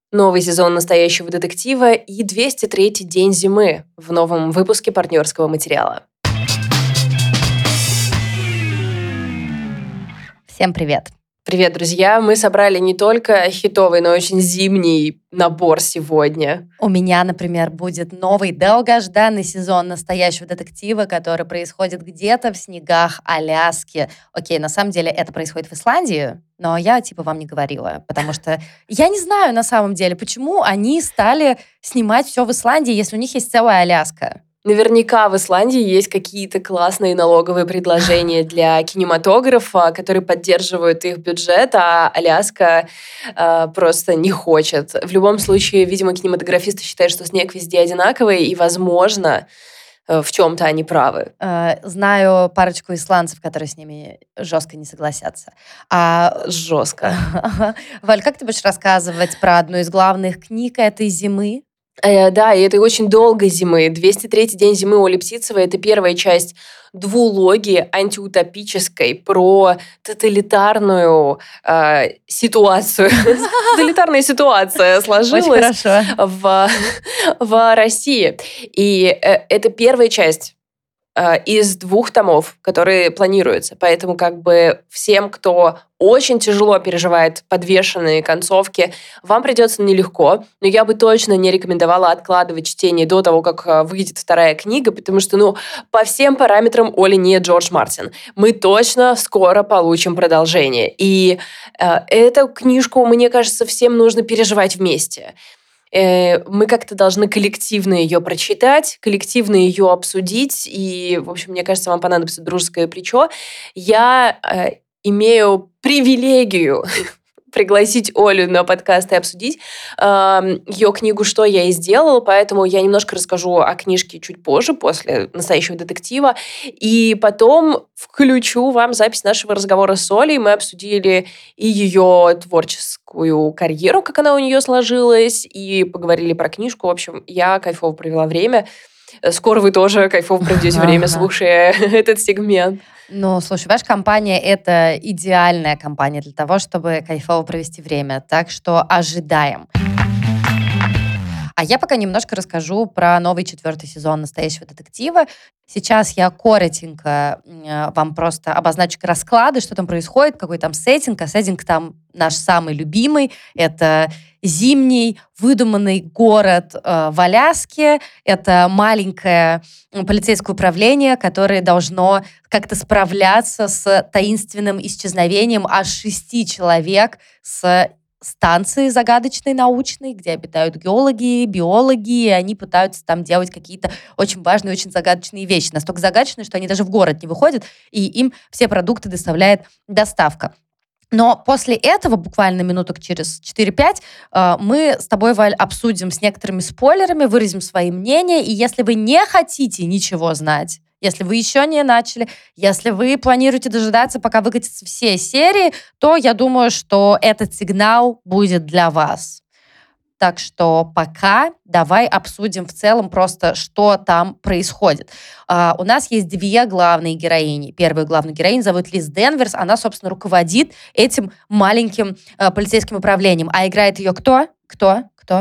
Новый сезон «Настоящего детектива» и 203-й день зимы в новом выпуске партнерского материала. Всем привет! Привет, друзья! Мы собрали не только хитовый, но и очень зимний набор сегодня. У меня, например, будет новый долгожданный сезон «Настоящего детектива», который происходит где-то в снегах Аляски. Окей, на самом деле это происходит в Исландии, но я вам не говорила, потому что я не знаю на самом деле, почему они стали снимать все в Исландии, если у них есть целая Аляска. Наверняка в Исландии есть какие-то классные налоговые предложения для кинематографа, которые поддерживают их бюджет, а Аляска просто не хочет. В любом случае, видимо, кинематографисты считают, что снег везде одинаковый, и, возможно, в чем-то они правы. Знаю парочку исландцев, которые с ними жестко не согласятся. Жестко. Валь, как ты будешь рассказывать про одну из главных книг этой зимы? Да, и это очень долгой зимы. 203-й день зимы у Липсицевой – это первая часть двулогии антиутопической про тоталитарную ситуацию. Тоталитарная ситуация сложилась в России. И это первая часть из 2 томов, которые планируются. Поэтому всем, кто очень тяжело переживает подвешенные концовки, вам придется нелегко, но я бы точно не рекомендовала откладывать чтение до того, как выйдет 2-я книга, потому что, по всем параметрам Оля не Джордж Мартин. Мы точно скоро получим продолжение. И эту книжку, мне кажется, всем нужно переживать вместе. Мы как-то должны коллективно ее прочитать, коллективно ее обсудить, и, в общем, мне кажется, вам понадобится дружеское плечо. Я имею привилегию пригласить Олю на подкаст и обсудить ее книгу «Что я и сделал», поэтому я немножко расскажу о книжке чуть позже, после «Настоящего детектива», и потом включу вам запись нашего разговора с Олей. Мы обсудили и ее творческую карьеру, как она у нее сложилась, и поговорили про книжку. В общем, я кайфово провела время. Скоро вы тоже кайфово проведете время, слушая этот сегмент. Слушай, ваша компания – это идеальная компания для того, чтобы кайфово провести время. Так что ожидаем. А я пока немножко расскажу про новый 4-й сезон «Настоящего детектива». Сейчас я коротенько вам просто обозначу расклады, что там происходит, какой там сеттинг. А сеттинг там наш самый любимый. Это зимний выдуманный город в Аляске. Это маленькое полицейское управление, которое должно как-то справляться с таинственным исчезновением аж 6 человек с станции загадочной научной, где обитают геологи, биологи, и они пытаются там делать какие-то очень важные, очень загадочные вещи. Настолько загадочные, что они даже в город не выходят, и им все продукты доставляет доставка. Но после этого, буквально минуток через 4-5, мы с тобой, Валь, обсудим с некоторыми спойлерами, выразим свои мнения, и если вы не хотите ничего знать, если вы еще не начали, если вы планируете дожидаться, пока выкатятся все серии, то я думаю, что этот сигнал будет для вас. Так что пока давай обсудим в целом просто, что там происходит. У нас есть 2 главные героини. Первую главную героиню зовут Лиз Денверс. Она, собственно, руководит этим маленьким полицейским управлением. А играет ее кто? Кто?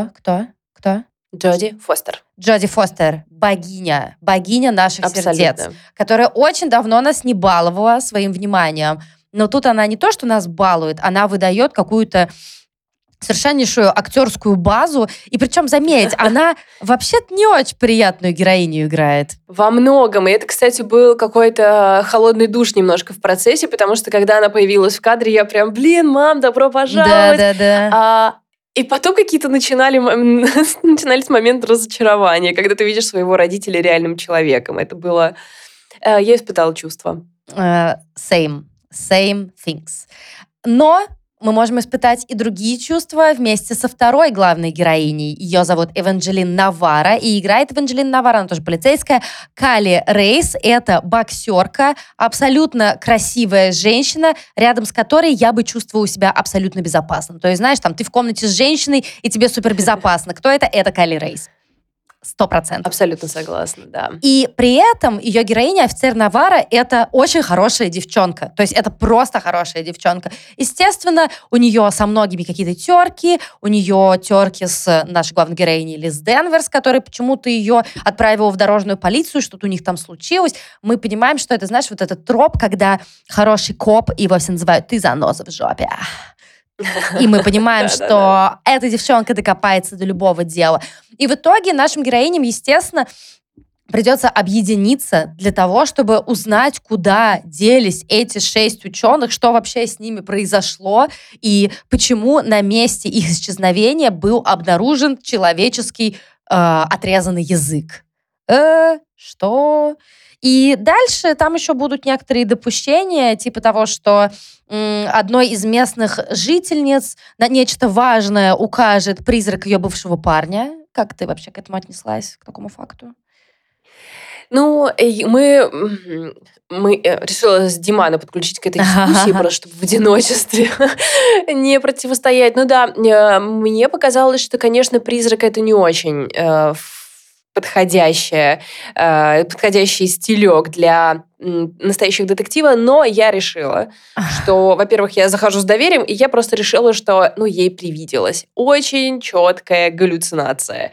Джоди Фостер. Джоди Фостер, богиня наших Абсолютно. Сердец, которая очень давно нас не баловала своим вниманием. Но тут она не то, что нас балует, она выдает какую-то совершеннейшую актерскую базу. И причем, заметь, она вообще-то не очень приятную героиню играет. Во многом. И это, кстати, был какой-то холодный душ немножко в процессе, потому что, когда она появилась в кадре, я прям, мам, добро пожаловать. Да. И потом какие-то начинались моменты разочарования, когда ты видишь своего родителя реальным человеком. Это было... Я испытала чувства. Same things. Но мы можем испытать и другие чувства вместе со второй главной героиней. Ее зовут Эванжелин Навара, и играет Эванжелин Навара, она тоже полицейская. Калли Рейс — это боксерка, абсолютно красивая женщина, рядом с которой я бы чувствовала себя абсолютно безопасно. То есть, знаешь, там ты в комнате с женщиной, и тебе супербезопасно. Кто это? Это Калли Рейс. 100%. Абсолютно согласна, да. И при этом ее героиня, офицер Навара, это очень хорошая девчонка. То есть это просто хорошая девчонка. Естественно, у нее со многими какие-то терки, у нее терки с нашей главной героиней Лиз Денверс, которая почему-то ее отправила в дорожную полицию, что-то у них там случилось. Мы понимаем, что это, знаешь, вот этот троп, когда хороший коп, его все называют «ты заноза в жопе». И мы понимаем, что эта девчонка докопается до любого дела. И в итоге нашим героиням, естественно, придется объединиться для того, чтобы узнать, куда делись эти 6 ученых, что вообще с ними произошло и почему на месте их исчезновения был обнаружен человеческий отрезанный язык. Что? И дальше там еще будут некоторые допущения, типа того, что одной из местных жительниц на нечто важное укажет призрак ее бывшего парня. Как ты вообще к этому отнеслась, к такому факту? Ну, мы решила с Димана подключить к этой дискуссии, просто чтобы в одиночестве не противостоять. Ну да, мне показалось, что, конечно, призрак это не очень подходящий стилек для настоящих детектива, но я решила, что, во-первых, я захожу с доверием, и я просто решила, что, ей привиделась очень четкая галлюцинация.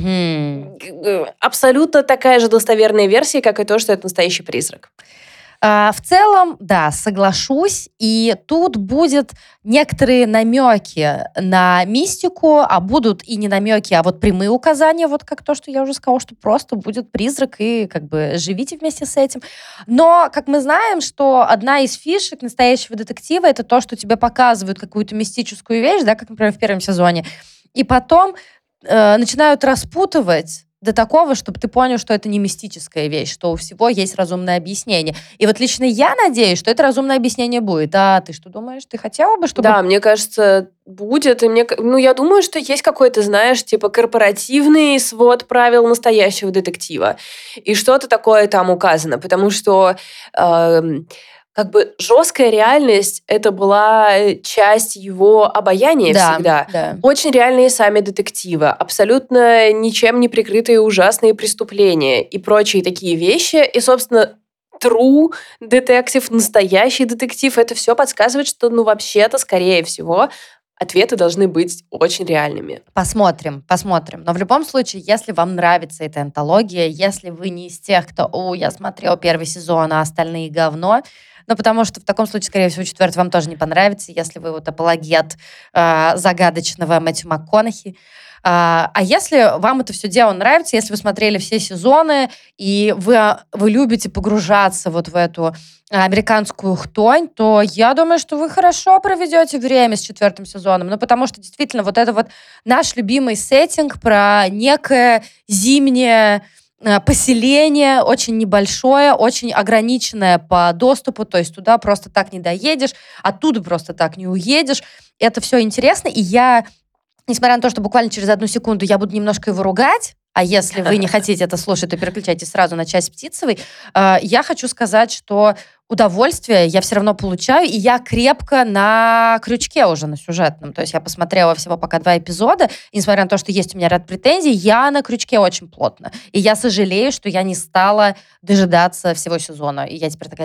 Абсолютно такая же достоверная версия, как и то, что это настоящий призрак. В целом, да, соглашусь. И тут будут некоторые намеки на мистику, а будут и не намеки, а вот прямые указания, вот как то, что я уже сказала, что просто будет призрак, и как бы живите вместе с этим. Но, как мы знаем, что одна из фишек настоящего детектива — это то, что тебе показывают какую-то мистическую вещь, да, как, например, в первом сезоне, и потом начинают распутывать до такого, чтобы ты понял, что это не мистическая вещь, что у всего есть разумное объяснение. И вот лично я надеюсь, что это разумное объяснение будет. А ты что думаешь? Ты хотела бы, чтобы... Да, мне кажется, будет. И я думаю, что есть какой-то, знаешь, типа корпоративный свод правил настоящего детектива. И что-то такое там указано. Потому что... как бы жесткая реальность — это была часть его обаяния всегда. Да. Очень реальные сами детективы, абсолютно ничем не прикрытые ужасные преступления и прочие такие вещи. И, собственно, true детектив, настоящий детектив, это все подсказывает, что, вообще-то, скорее всего, ответы должны быть очень реальными. Посмотрим. Но в любом случае, если вам нравится эта антология, если вы не из тех, кто, я смотрел первый сезон, а остальные говно, потому что в таком случае, скорее всего, 4 вам тоже не понравится, если вы вот апологет загадочного Мэтью МакКонахи. А если вам это все дело нравится, если вы смотрели все сезоны, и вы любите погружаться вот в эту американскую хтонь, то я думаю, что вы хорошо проведете время с 4 сезоном. Потому что действительно вот это вот наш любимый сеттинг про некое зимнее поселение, очень небольшое, очень ограниченное по доступу, то есть туда просто так не доедешь, оттуда просто так не уедешь. Это все интересно, и я, несмотря на то, что буквально через 1 секунду я буду немножко его ругать, а если вы не хотите это слушать, то переключайтесь сразу на часть Птицевой, я хочу сказать, что удовольствие я все равно получаю, и я крепко на крючке уже на сюжетном. То есть я посмотрела всего пока 2 эпизода, и несмотря на то, что есть у меня ряд претензий, я на крючке очень плотно. И я сожалею, что я не стала дожидаться всего сезона. И я теперь такая,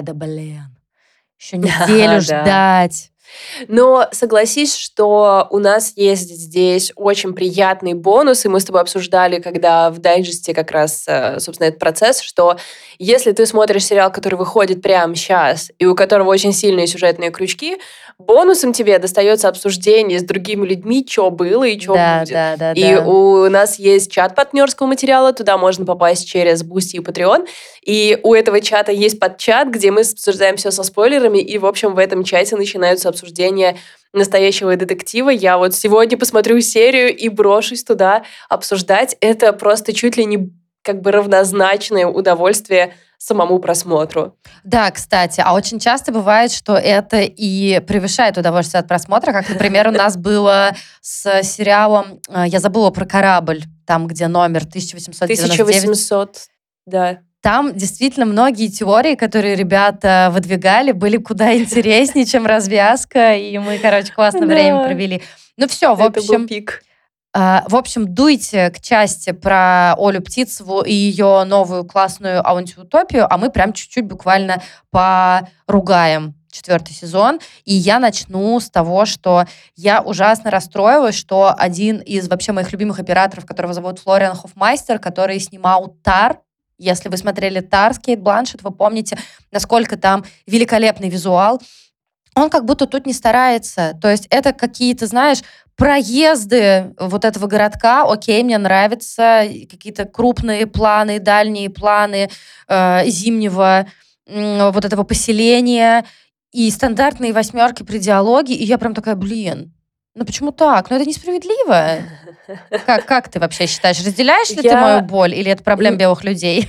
еще неделю ждать. Но согласись, что у нас есть здесь очень приятный бонус, и мы с тобой обсуждали, когда в дайджесте как раз, собственно, этот процесс, что если ты смотришь сериал, который выходит прямо сейчас, и у которого очень сильные сюжетные крючки, бонусом тебе достается обсуждение с другими людьми, что было и что будет. И у нас есть чат партнерского материала, туда можно попасть через Boosty и Patreon, и у этого чата есть подчат, где мы обсуждаем все со спойлерами, и, в общем, в этом чате начинаются обсуждения настоящего детектива. Я вот сегодня посмотрю серию и брошусь туда обсуждать. Это просто чуть ли не как бы равнозначное удовольствие самому просмотру. Да, кстати, а очень часто бывает, что это и превышает удовольствие от просмотра, как, например, у нас было с сериалом, я забыла про корабль, там, где номер 1899. 1800, да. Там действительно многие теории, которые ребята выдвигали, были куда интереснее, чем развязка, и мы, классное время провели. Ну все, в общем... Это был пик. В общем, дуйте к части про Олю Птицеву и ее новую классную антиутопию, а мы прям чуть-чуть буквально поругаем 4-й сезон. И я начну с того, что я ужасно расстроилась, что один из вообще моих любимых операторов, которого зовут Флориан Хофмайстер, который снимал «Тар», если вы смотрели «Тар» с Кейт Бланшетт, вы помните, насколько там великолепный визуал. Он как будто тут не старается. То есть это какие-то, знаешь, проезды вот этого городка. Окей, мне нравятся какие-то крупные планы, дальние планы зимнего вот этого поселения и стандартные 8 при диалоге. И я прям такая, блин, ну почему так? Ну это несправедливо. Как ты вообще считаешь? Разделяешь ли ты мою боль, или это проблема белых людей?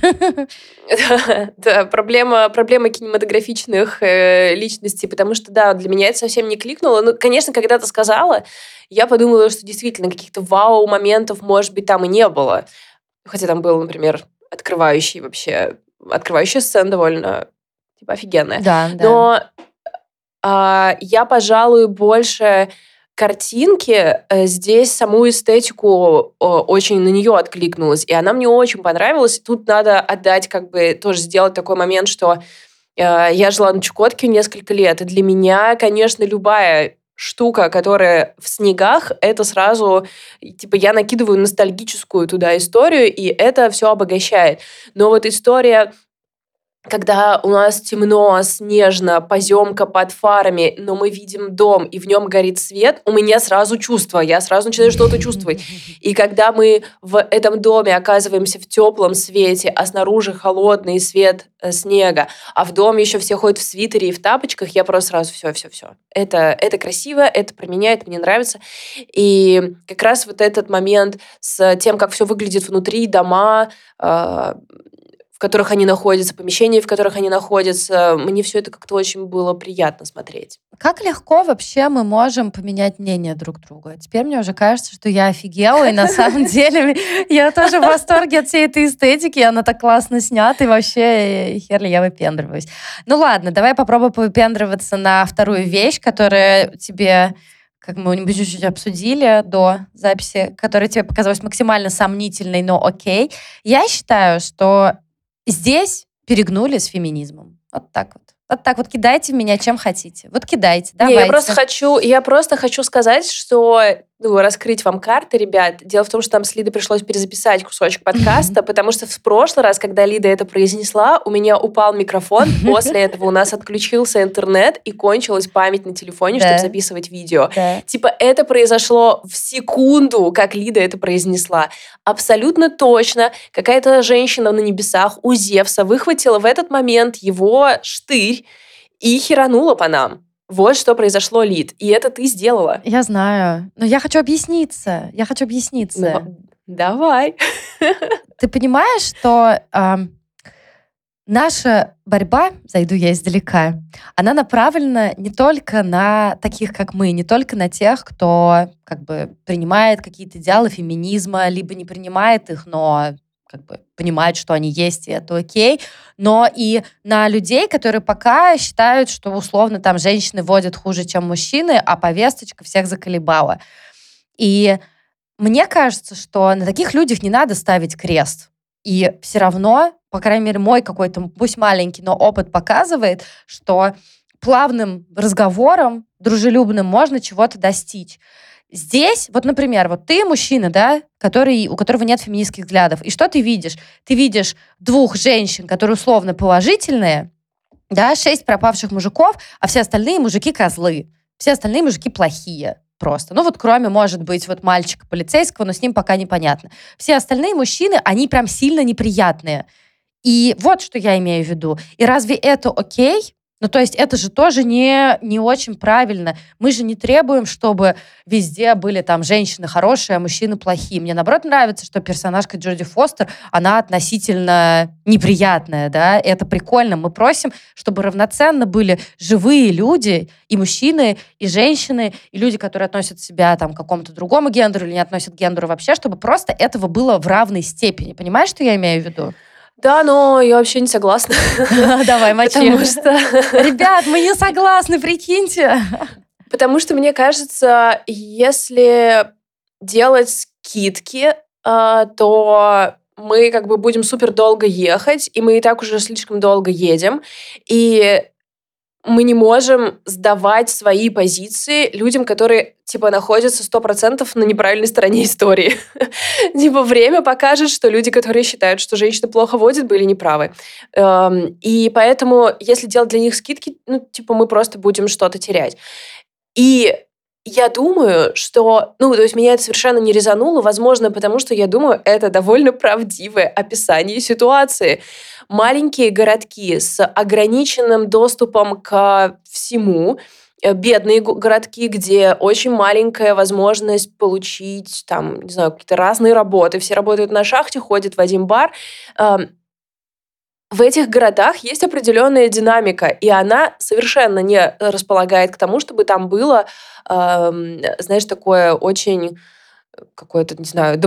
Да, проблема кинематографичных личностей, потому что, да, для меня это совсем не кликнуло. Ну, конечно, когда ты сказала, я подумала, что действительно каких-то вау-моментов, может быть, там и не было. Хотя там был, например, открывающая сцена довольно офигенная. Да. Но я, пожалуй, больше картинки здесь саму эстетику очень на нее откликнулась, и она мне очень понравилась. Тут надо отдать, тоже сделать такой момент, что я жила на Чукотке несколько лет, и для меня, конечно, любая штука, которая в снегах, это сразу, я накидываю ностальгическую туда историю, и это все обогащает. Но вот история, когда у нас темно, снежно, поземка под фарами, но мы видим дом, и в нем горит свет, у меня сразу чувство, я сразу начинаю что-то чувствовать. И когда мы в этом доме оказываемся в теплом свете, а снаружи холодный свет снега, а в доме еще все ходят в свитере и в тапочках, я просто сразу все. Это красиво, это про меня, это мне нравится. И как раз вот этот момент с тем, как все выглядит внутри, дома, в которых они находятся, помещения, в которых они находятся. Мне все это как-то очень было приятно смотреть. Как легко вообще мы можем поменять мнение друг друга? Теперь мне уже кажется, что я офигела, и на самом деле я тоже в восторге от всей этой эстетики, она так классно снята, и вообще хер ли я выпендриваюсь. Ну ладно, давай попробуем повыпендриваться на вторую вещь, которая тебе, как мы чуть-чуть обсудили до записи, которая тебе показалась максимально сомнительной, но окей. Я считаю, что здесь перегнули с феминизмом. Вот так вот. Вот так вот кидайте в меня чем хотите. Вот кидайте, давайте. Я просто хочу сказать, что раскрыть вам карты, ребят. Дело в том, что нам с Лидой пришлось перезаписать кусочек подкаста, потому что в прошлый раз, когда Лида это произнесла, у меня упал микрофон, после этого у нас отключился интернет и кончилась память на телефоне, чтобы записывать видео. Да. Это произошло в секунду, как Лида это произнесла. Абсолютно точно какая-то женщина на небесах у Зевса выхватила в этот момент его штырь и херанула по нам. Вот что произошло, Лид. И это ты сделала. Я знаю. Но я хочу объясниться. Давай. Ты понимаешь, что наша борьба, зайду я издалека, она направлена не только на таких, как мы, не только на тех, кто принимает какие-то идеалы феминизма, либо не принимает их, но понимает, что они есть, и это окей, но и на людей, которые пока считают, что условно там женщины водят хуже, чем мужчины, а повесточка всех заколебала. И мне кажется, что на таких людях не надо ставить крест. И все равно, по крайней мере, мой какой-то, пусть маленький, но опыт показывает, что плавным разговором, дружелюбным, можно чего-то достичь. Здесь, например, ты мужчина, да, у которого нет феминистских взглядов. И что ты видишь? Ты видишь 2 женщин, которые условно положительные, да, 6 пропавших мужиков, а все остальные мужики козлы. Все остальные мужики плохие просто. Кроме, может быть, мальчика полицейского, но с ним пока непонятно. Все остальные мужчины, они прям сильно неприятные. И вот что я имею в виду. И разве это окей? То есть это же тоже не очень правильно. Мы же не требуем, чтобы везде были там женщины хорошие, а мужчины плохие. Мне, наоборот, нравится, что персонажка Джоди Фостер, она относительно неприятная, да, это прикольно. Мы просим, чтобы равноценно были живые люди, и мужчины, и женщины, и люди, которые относят себя там, к какому-то другому гендеру или не относят к гендеру вообще, чтобы просто этого было в равной степени. Понимаешь, что я имею в виду? Да, но я вообще не согласна. Давай, мочи. Потому что... Ребят, мы не согласны, прикиньте. Потому что, мне кажется, если делать скидки, то мы как бы будем супер долго ехать, и мы и так уже слишком долго едем, и мы не можем сдавать свои позиции людям, которые, типа, находятся 100% на неправильной стороне истории. Типа, время покажет, что люди, которые считают, что женщины плохо водят, были неправы. И поэтому, если делать для них скидки, ну, типа, мы просто будем что-то терять. И я думаю, что... Ну, то есть меня это совершенно не резануло, возможно, потому что я думаю, это довольно правдивое описание ситуации. Маленькие городки с ограниченным доступом ко всему, бедные городки, где очень маленькая возможность получить, там, не знаю, какие-то разные работы. Все работают на шахте, ходят в один бар. В этих городах есть определенная динамика, и она совершенно не располагает к тому, чтобы там было, знаешь, такое очень какое-то, не знаю,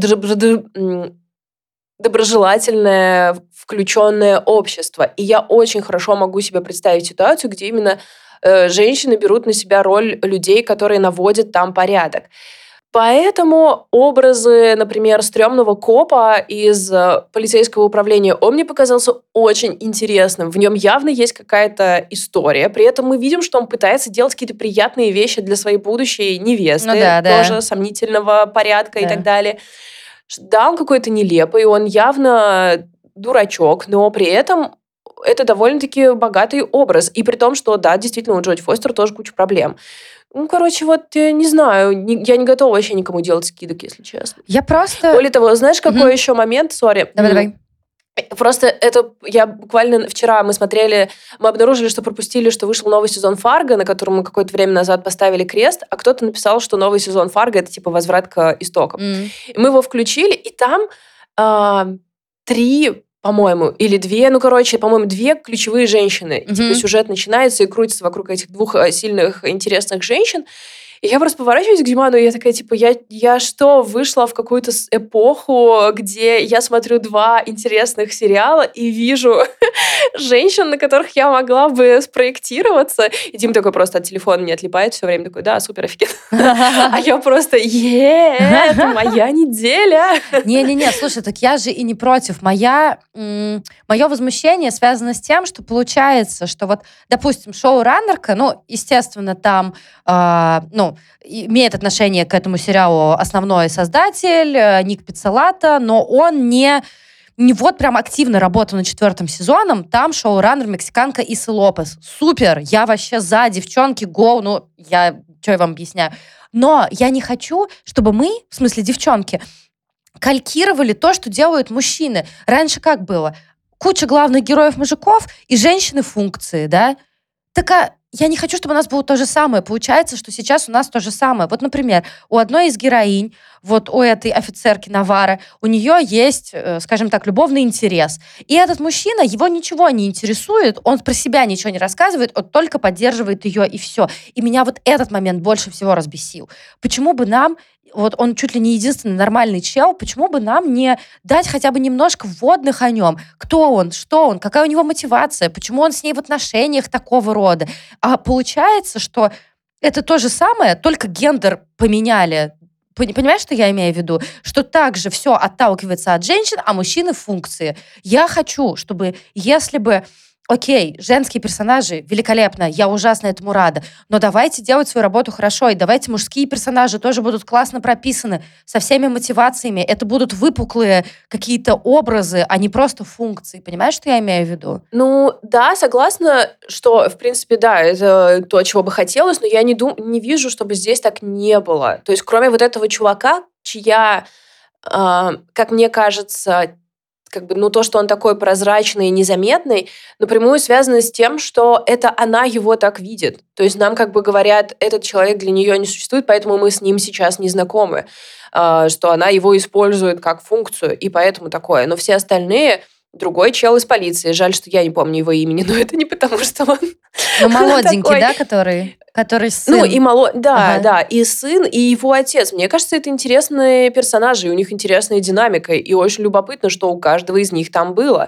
доброжелательное, включенное общество. И я очень хорошо могу себе представить ситуацию, где именно женщины берут на себя роль людей, которые наводят там порядок. Поэтому образы, например, стрёмного копа из полицейского управления, он мне показался очень интересным. В нем явно есть какая-то история. При этом мы видим, что он пытается делать какие-то приятные вещи для своей будущей невесты, Ну да, да. тоже сомнительного порядка и Да. так далее. Да, он какой-то нелепый, он явно дурачок, но при этом это довольно-таки богатый образ. И при том, что, да, действительно, у Джоди Фостер тоже куча проблем. Ну, короче, вот, не знаю, я не готова вообще никому делать скидок, если честно. Я просто... Более того, знаешь, какой еще момент? Сори. Давай. Просто это я буквально вчера мы обнаружили, что пропустили, что вышел новый сезон «Фарго», на котором мы какое-то время назад поставили крест, а кто-то написал, что новый сезон «Фарго» — это типа возврат к истокам. И мы его включили, и там 3, по-моему, или 2, по-моему, 2 ключевые женщины. И типа сюжет начинается и крутится вокруг этих 2 сильных, интересных женщин. И я просто поворачиваюсь к Диману, и я такая, типа, я что, вышла в какую-то эпоху, где я смотрю 2 интересных сериала и вижу женщин, на которых я могла бы спроектироваться. И Дима такой просто от телефона не отлипает все время, такой, да, супер, офигенно. А я просто, это моя неделя. Не-не-не, слушай, так я же и не против. Мое возмущение связано с тем, что получается, что вот, допустим, шоураннерка, ну, естественно, там, имеет отношение к этому сериалу основной создатель Ник Пиццолатто, но он не вот прям активно работал над 4 сезоном. Там шоураннер мексиканка Иса Лопес. Супер! Я вообще за, девчонки, гоу. Ну, что я вам объясняю? Но я не хочу, чтобы мы, в смысле девчонки, калькировали то, что делают мужчины. Раньше как было? Куча главных героев мужиков и женщины-функции, да? Так я не хочу, чтобы у нас было то же самое. Получается, что сейчас у нас то же самое. Вот, например, у одной из героинь, вот у этой офицерки Навары, у нее есть, скажем так, любовный интерес. И этот мужчина, его ничего не интересует, он про себя ничего не рассказывает, он только поддерживает ее, и все. И меня вот этот момент больше всего разбесил. Почему бы нам, вот он чуть ли не единственный нормальный чел, почему бы нам не дать хотя бы немножко вводных о нем? Кто он, что он, какая у него мотивация, почему он с ней в отношениях такого рода? А получается, что это то же самое, только гендер поменяли. Понимаешь, что я имею в виду? Что также все отталкивается от женщин, а мужчины — функции. Я хочу, чтобы, если бы... Окей, женские персонажи великолепно, я ужасно этому рада, но давайте делать свою работу хорошо, и давайте мужские персонажи тоже будут классно прописаны, со всеми мотивациями. Это будут выпуклые какие-то образы, а не просто функции. Понимаешь, что я имею в виду? Ну, да, согласна, что, в принципе, да, это то, чего бы хотелось, но я не вижу, чтобы здесь так не было. То есть, кроме вот этого чувака, чья, как мне кажется, то, что он такой прозрачный и незаметный, напрямую связано с тем, что это она его так видит. То есть нам говорят, этот человек для нее не существует, поэтому мы с ним сейчас не знакомы, что она его использует как функцию, и поэтому такое. Но все остальные... Другой чел из полиции. Жаль, что я не помню его имени, но это не потому, что он... Ну, молоденький, да, который сын? Ну, и да, и сын, и его отец. Мне кажется, это интересные персонажи, и у них интересная динамика, и очень любопытно, что у каждого из них там было.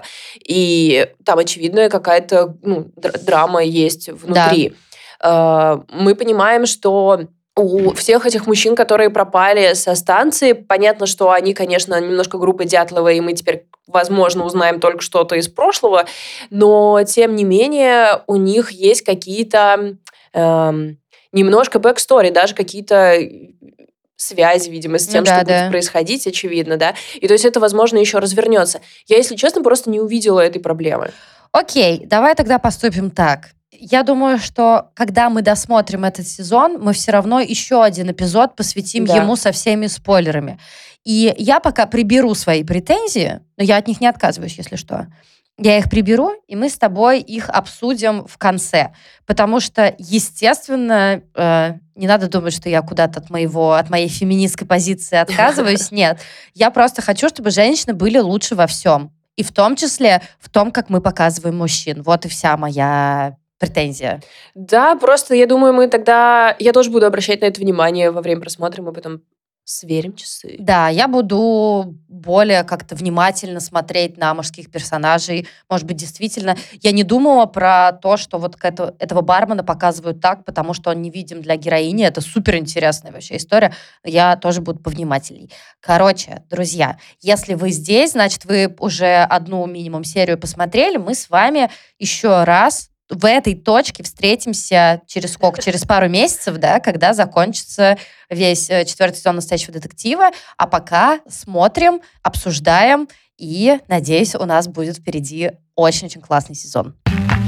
И там, очевидно, какая-то драма есть внутри. Да. Мы понимаем, что у всех этих мужчин, которые пропали со станции, понятно, что они, конечно, немножко группа Дятлова, и мы теперь, возможно, узнаем только что-то из прошлого, но, тем не менее, у них есть какие-то немножко бэкстори, даже какие-то связи, видимо, с Ну тем, что да, будет да. происходить, очевидно, да. И то есть это, возможно, еще развернется. Я, если честно, просто не увидела этой проблемы. Окей, давай тогда поступим так. Я думаю, что когда мы досмотрим этот сезон, мы все равно еще один эпизод посвятим Да. ему со всеми спойлерами. И я пока приберу свои претензии, но я от них не отказываюсь, если что. Я их приберу, и мы с тобой их обсудим в конце. Потому что, естественно, не надо думать, что я куда-то от моей феминистской позиции отказываюсь. Нет. Я просто хочу, чтобы женщины были лучше во всем. И в том числе в том, как мы показываем мужчин. Вот и вся моя претензия. Да, просто я думаю, мы тогда... Я тоже буду обращать на это внимание во время просмотра, мы потом сверим часы. Да, я буду более как-то внимательно смотреть на мужских персонажей. Может быть, действительно, я не думала про то, что вот этого бармена показывают так, потому что он невидим для героини. Это супер интересная вообще история. Я тоже буду повнимательней. Короче, друзья, если вы здесь, значит, вы уже одну минимум серию посмотрели. Мы с вами еще раз в этой точке встретимся через сколько? Через пару месяцев, да, когда закончится весь четвертый сезон «Настоящего детектива». А пока смотрим, обсуждаем, и, надеюсь, у нас будет впереди очень-очень классный сезон.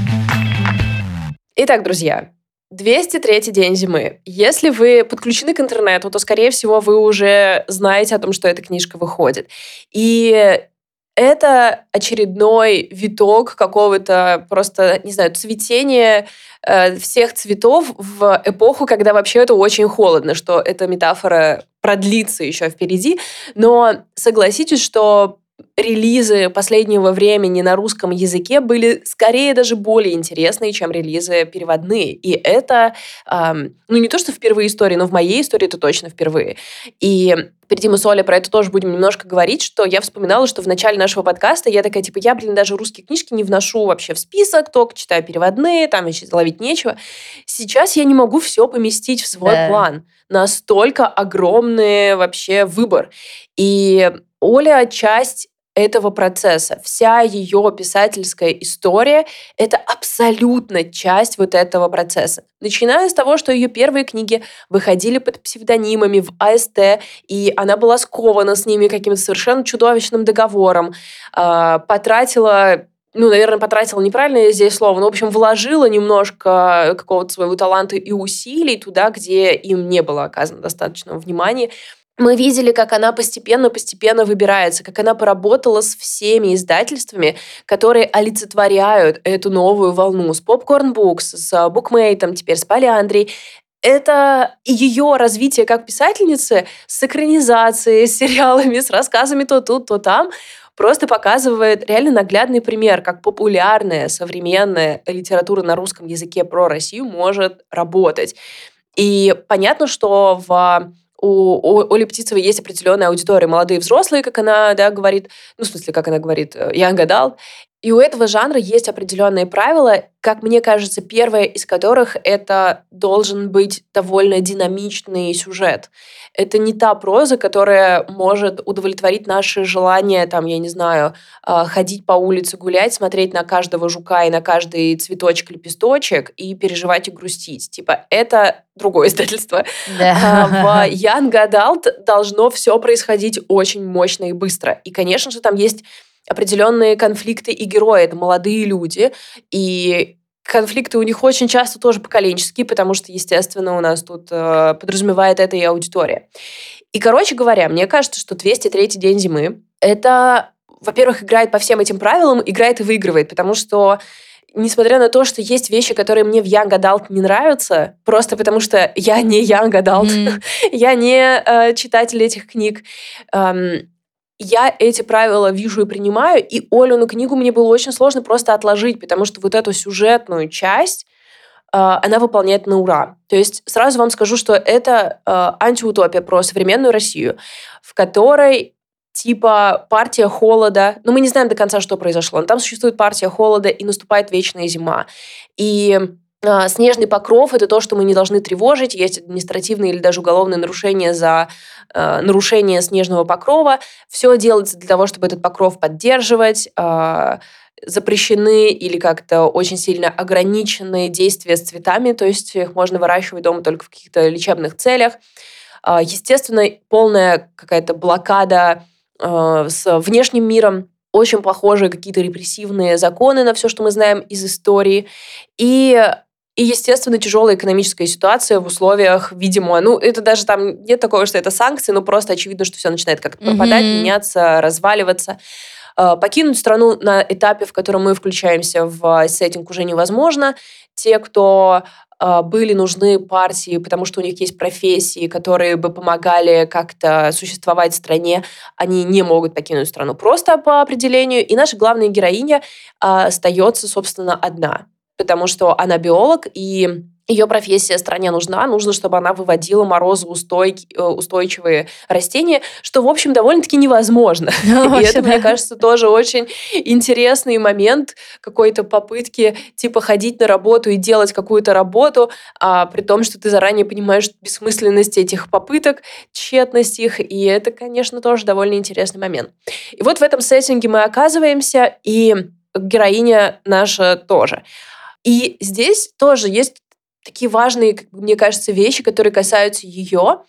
Итак, друзья, 203-й день зимы. Если вы подключены к интернету, то, скорее всего, вы уже знаете о том, что эта книжка выходит. И это очередной виток какого-то просто, не знаю, цветения всех цветов в эпоху, когда вообще это очень холодно, что эта метафора продлится еще впереди. Но согласитесь, что релизы последнего времени на русском языке были скорее даже более интересные, чем релизы переводные. И это, ну не то, что впервые истории, но в моей истории это точно впервые. И впереди мы с Олей про это тоже будем немножко говорить, что я вспоминала, что в начале нашего подкаста я такая, типа, я, даже русские книжки не вношу вообще в список, только читаю переводные, там еще ловить нечего. Сейчас я не могу все поместить в свой план. Настолько огромный вообще выбор. И Оля часть этого процесса. Вся ее писательская история — это абсолютно часть вот этого процесса. Начиная с того, что ее первые книги выходили под псевдонимами в АСТ, и она была скована с ними каким-то совершенно чудовищным договором, потратила, ну, наверное, потратила неправильное здесь слово, но, в общем, вложила немножко какого-то своего таланта и усилий туда, где им не было оказано достаточного внимания. Мы видели, как она постепенно выбирается, как она поработала с всеми издательствами, которые олицетворяют эту новую волну. С Popcorn Books, с Букмейтом, теперь с Поляндрой. Это ее развитие как писательницы с экранизацией, с сериалами, с рассказами то тут, то там, просто показывает реально наглядный пример, как популярная современная литература на русском языке про Россию может работать. И понятно, что у Оли Птицевой есть определенная аудитория, молодые взрослые, как она, да, говорит, ну, в смысле, как она говорит, young adult. И у этого жанра есть определенные правила, как мне кажется, первое из которых — это должен быть довольно динамичный сюжет. Это не та проза, которая может удовлетворить наши желания, там, я не знаю, ходить по улице, гулять, смотреть на каждого жука и на каждый цветочек-лепесточек и переживать и грустить. Типа, это другое издательство. В Young Adult должно все происходить очень мощно и быстро. И, конечно же, там есть определенные конфликты и герои. Это молодые люди. И конфликты у них очень часто тоже поколенческие, потому что, естественно, у нас тут подразумевает это и аудитория. И, короче говоря, мне кажется, что 203-й день зимы — это, во-первых, играет по всем этим правилам, играет и выигрывает, потому что несмотря на то, что есть вещи, которые мне в Young Adult не нравятся, просто потому что я не Young Adult, я не читатель этих книг, я эти правила вижу и принимаю, и Олину книгу мне было очень сложно просто отложить, потому что вот эту сюжетную часть она выполняет на ура. То есть сразу вам скажу, что это антиутопия про современную Россию, в которой типа партия холода, но мы не знаем до конца, что произошло, но там существует партия холода, и наступает вечная зима. И Снежный покров – это то, что мы не должны тревожить. Есть административные или даже уголовные нарушения за нарушение снежного покрова. Все делается для того, чтобы этот покров поддерживать. Запрещены или как-то очень сильно ограничены действия с цветами, то есть их можно выращивать дома только в каких-то лечебных целях. Естественно, полная какая-то блокада с внешним миром, очень похожие какие-то репрессивные законы на все, что мы знаем из истории. И, естественно, тяжелая экономическая ситуация в условиях, видимо, это даже там нет такого, что это санкции, но просто очевидно, что все начинает как-то пропадать, меняться, разваливаться. Покинуть страну на этапе, в котором мы включаемся в сеттинг, уже невозможно. Те, кто были нужны партии, потому что у них есть профессии, которые бы помогали как-то существовать в стране, они не могут покинуть страну просто по определению. И наша главная героиня остается, собственно, одна, потому что она биолог, и ее профессия стране нужна. Нужно, чтобы она выводила морозоустойчивые растения, что, в общем, довольно-таки невозможно. И это, мне кажется, тоже очень интересный момент какой-то попытки типа ходить на работу и делать какую-то работу, при том, что ты заранее понимаешь бессмысленность этих попыток, тщетность их, и это, конечно, тоже довольно интересный момент. И вот в этом сеттинге мы оказываемся, и героиня наша тоже. И здесь тоже есть такие важные, мне кажется, вещи, которые касаются ее.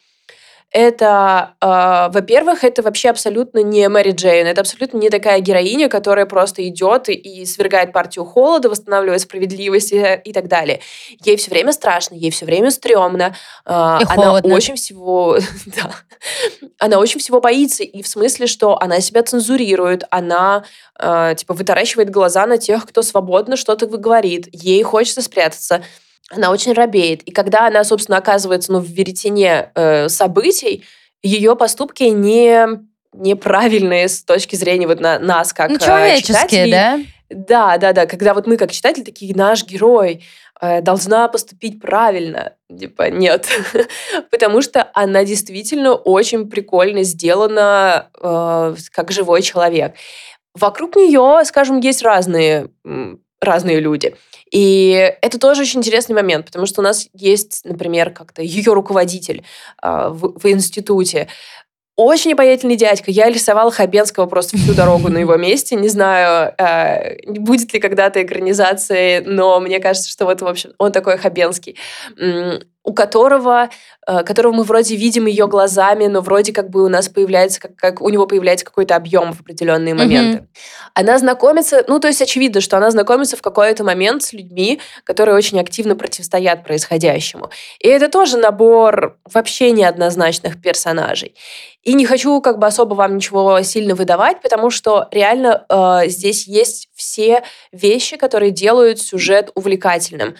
Это, во-первых, это вообще абсолютно не Мэри Джейн, это абсолютно не такая героиня, которая просто идет и свергает партию холода, восстанавливает справедливость и так далее. Ей все время страшно, ей все время стрёмно. И холодно. Очень всего... Да. Она очень всего боится, и в смысле, что она себя цензурирует, она вытаращивает глаза на тех, кто свободно что-то говорит, ей хочется спрятаться. Она очень робеет. И когда она, собственно, оказывается в веретене событий, ее поступки неправильные с точки зрения нас, как человеческие, читателей. да? Да. Когда мы, как читатели, такие, наш герой должна поступить правильно. Нет. Потому что она действительно очень прикольно сделана как живой человек. Вокруг нее, скажем, есть разные люди. И это тоже очень интересный момент, потому что у нас есть, например, как-то ее руководитель в институте. Очень обаятельный дядька. Я рисовала Хабенского просто всю дорогу на его месте. Не знаю, будет ли когда-то экранизация, но мне кажется, что в общем, он такой Хабенский, у которого мы вроде видим ее глазами, но вроде как бы у нас появляется, как у него появляется какой-то объем в определенные моменты. Она знакомится, то есть очевидно, что она знакомится в какой-то момент с людьми, которые очень активно противостоят происходящему. И это тоже набор вообще неоднозначных персонажей. И не хочу особо вам ничего сильно выдавать, потому что реально здесь есть все вещи, которые делают сюжет увлекательным.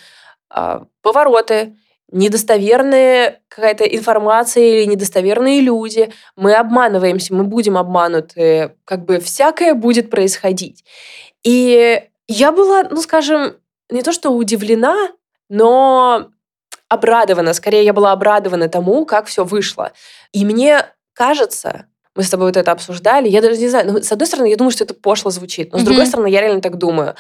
Повороты, недостоверная какая-то информация или недостоверные люди. Мы обманываемся, мы будем обмануты. Всякое будет происходить. И я была, скажем, не то что удивлена, но обрадована. Скорее, я была обрадована тому, как все вышло. И мне кажется, мы с тобой это обсуждали, я даже не знаю, с одной стороны, я думаю, что это пошло звучит, но с другой стороны, я реально так думаю,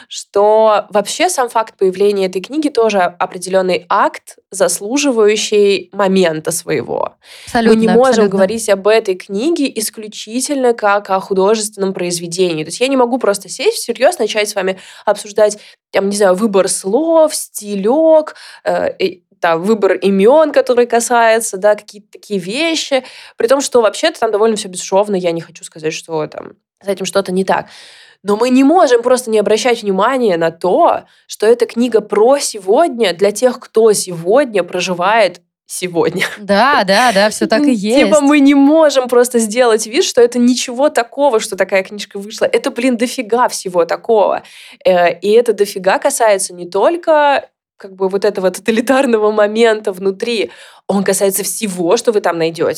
что вообще сам факт появления этой книги тоже определенный акт, заслуживающий момента своего. Абсолютно, мы не можем абсолютно. говорить об этой книге исключительно как о художественном произведении. То есть я не могу просто сесть всерьез, начать с вами обсуждать, выбор слов, стилек, выбор имен, который касается, какие-то такие вещи. При том, что вообще-то там довольно все бесшовно. Я не хочу сказать, что там с этим что-то не так. Но мы не можем просто не обращать внимания на то, что эта книга про сегодня, для тех, кто сегодня проживает сегодня. Да, все так и есть. Мы не можем просто сделать вид, что это ничего такого, что такая книжка вышла. Это, дофига всего такого. И это дофига касается не только этого тоталитарного момента внутри, он касается всего, что вы там найдете.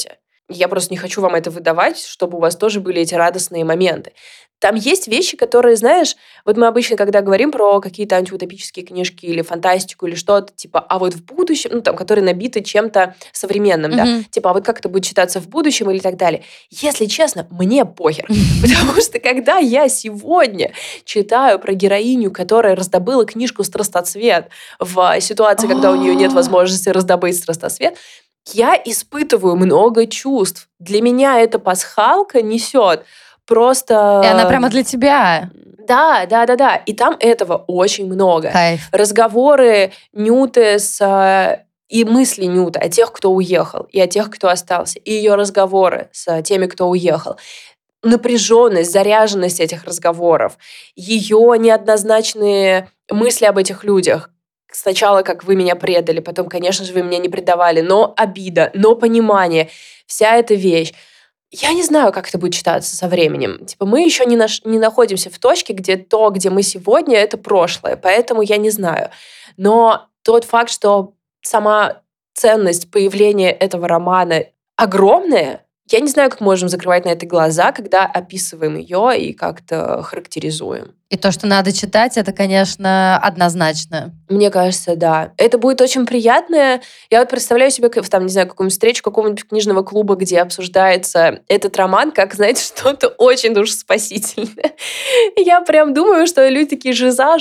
Я просто не хочу вам это выдавать, чтобы у вас тоже были эти радостные моменты. Там есть вещи, которые, знаешь, вот мы обычно, когда говорим про какие-то антиутопические книжки или фантастику, или что-то, типа, а вот в будущем, ну, там, которые набиты чем-то современным, да, типа, а вот как это будет читаться в будущем или так далее. Если честно, мне похер. Потому что когда я сегодня читаю про героиню, которая раздобыла книжку «Страстоцвет» в ситуации, когда у нее нет возможности раздобыть «Страстоцвет», я испытываю много чувств. Для меня эта пасхалка несет просто... И она прямо для тебя. Да. И там этого очень много. Кайф. Разговоры Нюты и мысли Нюты о тех, кто уехал, и о тех, кто остался, и ее разговоры с теми, кто уехал. Напряженность, заряженность этих разговоров, ее неоднозначные мысли об этих людях. Сначала, как вы меня предали, потом, конечно же, вы меня не предавали, но обида, но понимание, вся эта вещь. Я не знаю, как это будет читаться со временем. Типа мы еще не находимся в точке, где то, где мы сегодня, это прошлое, поэтому я не знаю. Но тот факт, что сама ценность появления этого романа огромная, я не знаю, как можем закрывать на это глаза, когда описываем ее и как-то характеризуем. И то, что надо читать, это, конечно, однозначно. Мне кажется, да. Это будет очень приятно. Я вот представляю себе, там, не знаю, какую-нибудь встречу какого-нибудь книжного клуба, где обсуждается этот роман, как, знаете, что-то очень душеспасительное. Я прям думаю, что люди такие жиза.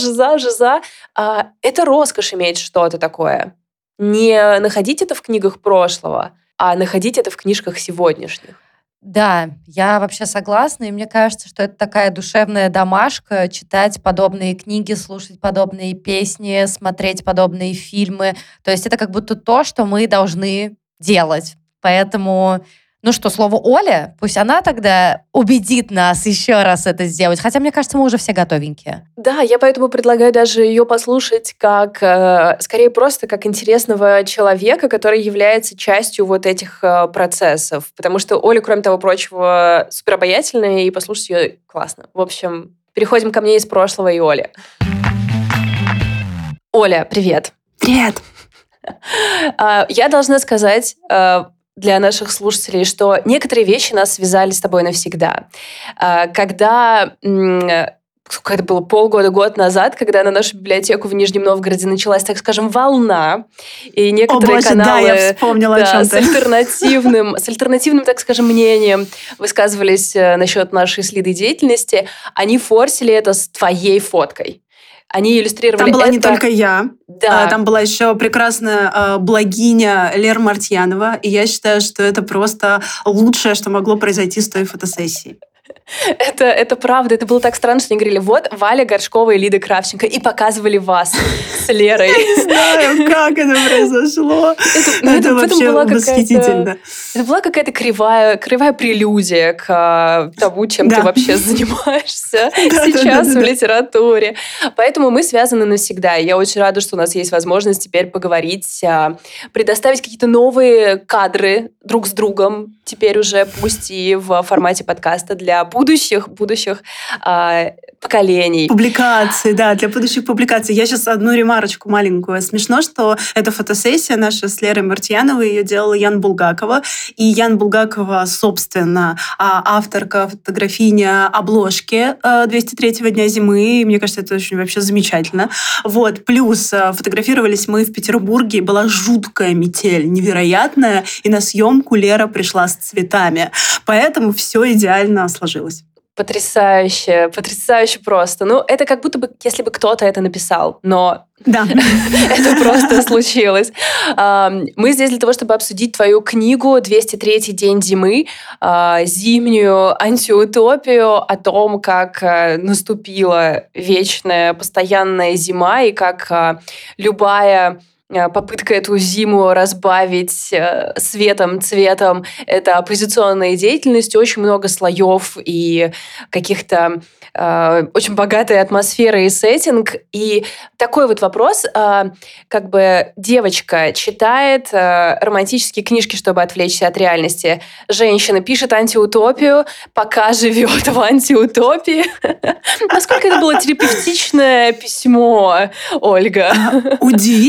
Это роскошь иметь что-то такое. Не находить это в книгах прошлого, а находить это в книжках сегодняшних. Да, я вообще согласна, и мне кажется, что это такая душевная домашка, читать подобные книги, слушать подобные песни, смотреть подобные фильмы. То есть это как будто то, что мы должны делать. Поэтому, ну что, слово Оля, пусть она тогда убедит нас еще раз это сделать. Хотя, мне кажется, мы уже все готовенькие. Да, я поэтому предлагаю даже ее послушать как, скорее просто как интересного человека, который является частью вот этих процессов. Потому что Оля, кроме того прочего, суперобаятельная, и послушать ее классно. В общем, переходим ко мне из прошлого и Оле. Оля, привет. Привет. Я должна сказать... для наших слушателей, что некоторые вещи нас связали с тобой навсегда. Когда... Сколько это было? Год назад, когда на нашу библиотеку в Нижнем Новгороде началась, так скажем, волна, и некоторые каналы да, я вспомнила о чем-то. с альтернативным, так скажем, мнением высказывались насчет нашей с Лидой деятельности, они форсили это с твоей фоткой. Они иллюстрировали Там была это... не только я. Да. Там была еще прекрасная блогиня Лера Мартьянова. И я считаю, что это просто лучшее, что могло произойти с той фотосессии. Это правда. Это было так странно, что они говорили, вот Валя Горшкова и Лида Кравченко. И показывали вас с Лерой. Я не знаю, как это произошло. Это вообще восхитительно. Это была какая-то кривая прелюдия к тому, чем ты вообще занимаешься сейчас в литературе. Поэтому мы связаны навсегда. Я очень рада, что у нас есть возможность теперь поговорить, предоставить какие-то новые кадры друг с другом, теперь уже пусть и в формате подкаста для будущих поколений. Публикации, да, для будущих публикаций. Я сейчас одну ремарочку маленькую. Смешно, что эта фотосессия наша с Лерой Мартьяновой, ее делала Ян Булгакова. И Ян Булгакова, собственно, авторка, фотографиня обложки 203-го дня зимы. И мне кажется, это очень вообще замечательно. Вот. Плюс фотографировались мы в Петербурге. Была жуткая метель, невероятная. И на съемку Лера пришла с цветами. Поэтому все идеально сложилось. Потрясающе просто. Ну, это как будто бы, если бы кто-то это написал, но да. это просто случилось. Мы здесь для того, чтобы обсудить твою книгу «203-й день зимы», зимнюю антиутопию о том, как наступила вечная, постоянная зима, и как любая попытка эту зиму разбавить светом, цветом, это оппозиционная деятельность, очень много слоев и каких-то очень богатая атмосфера и сеттинг. И такой вот вопрос, как бы девочка читает романтические книжки, чтобы отвлечься от реальности. Женщина пишет антиутопию, пока живет в антиутопии. Насколько это было терапевтичное письмо, Ольга? Удивительно,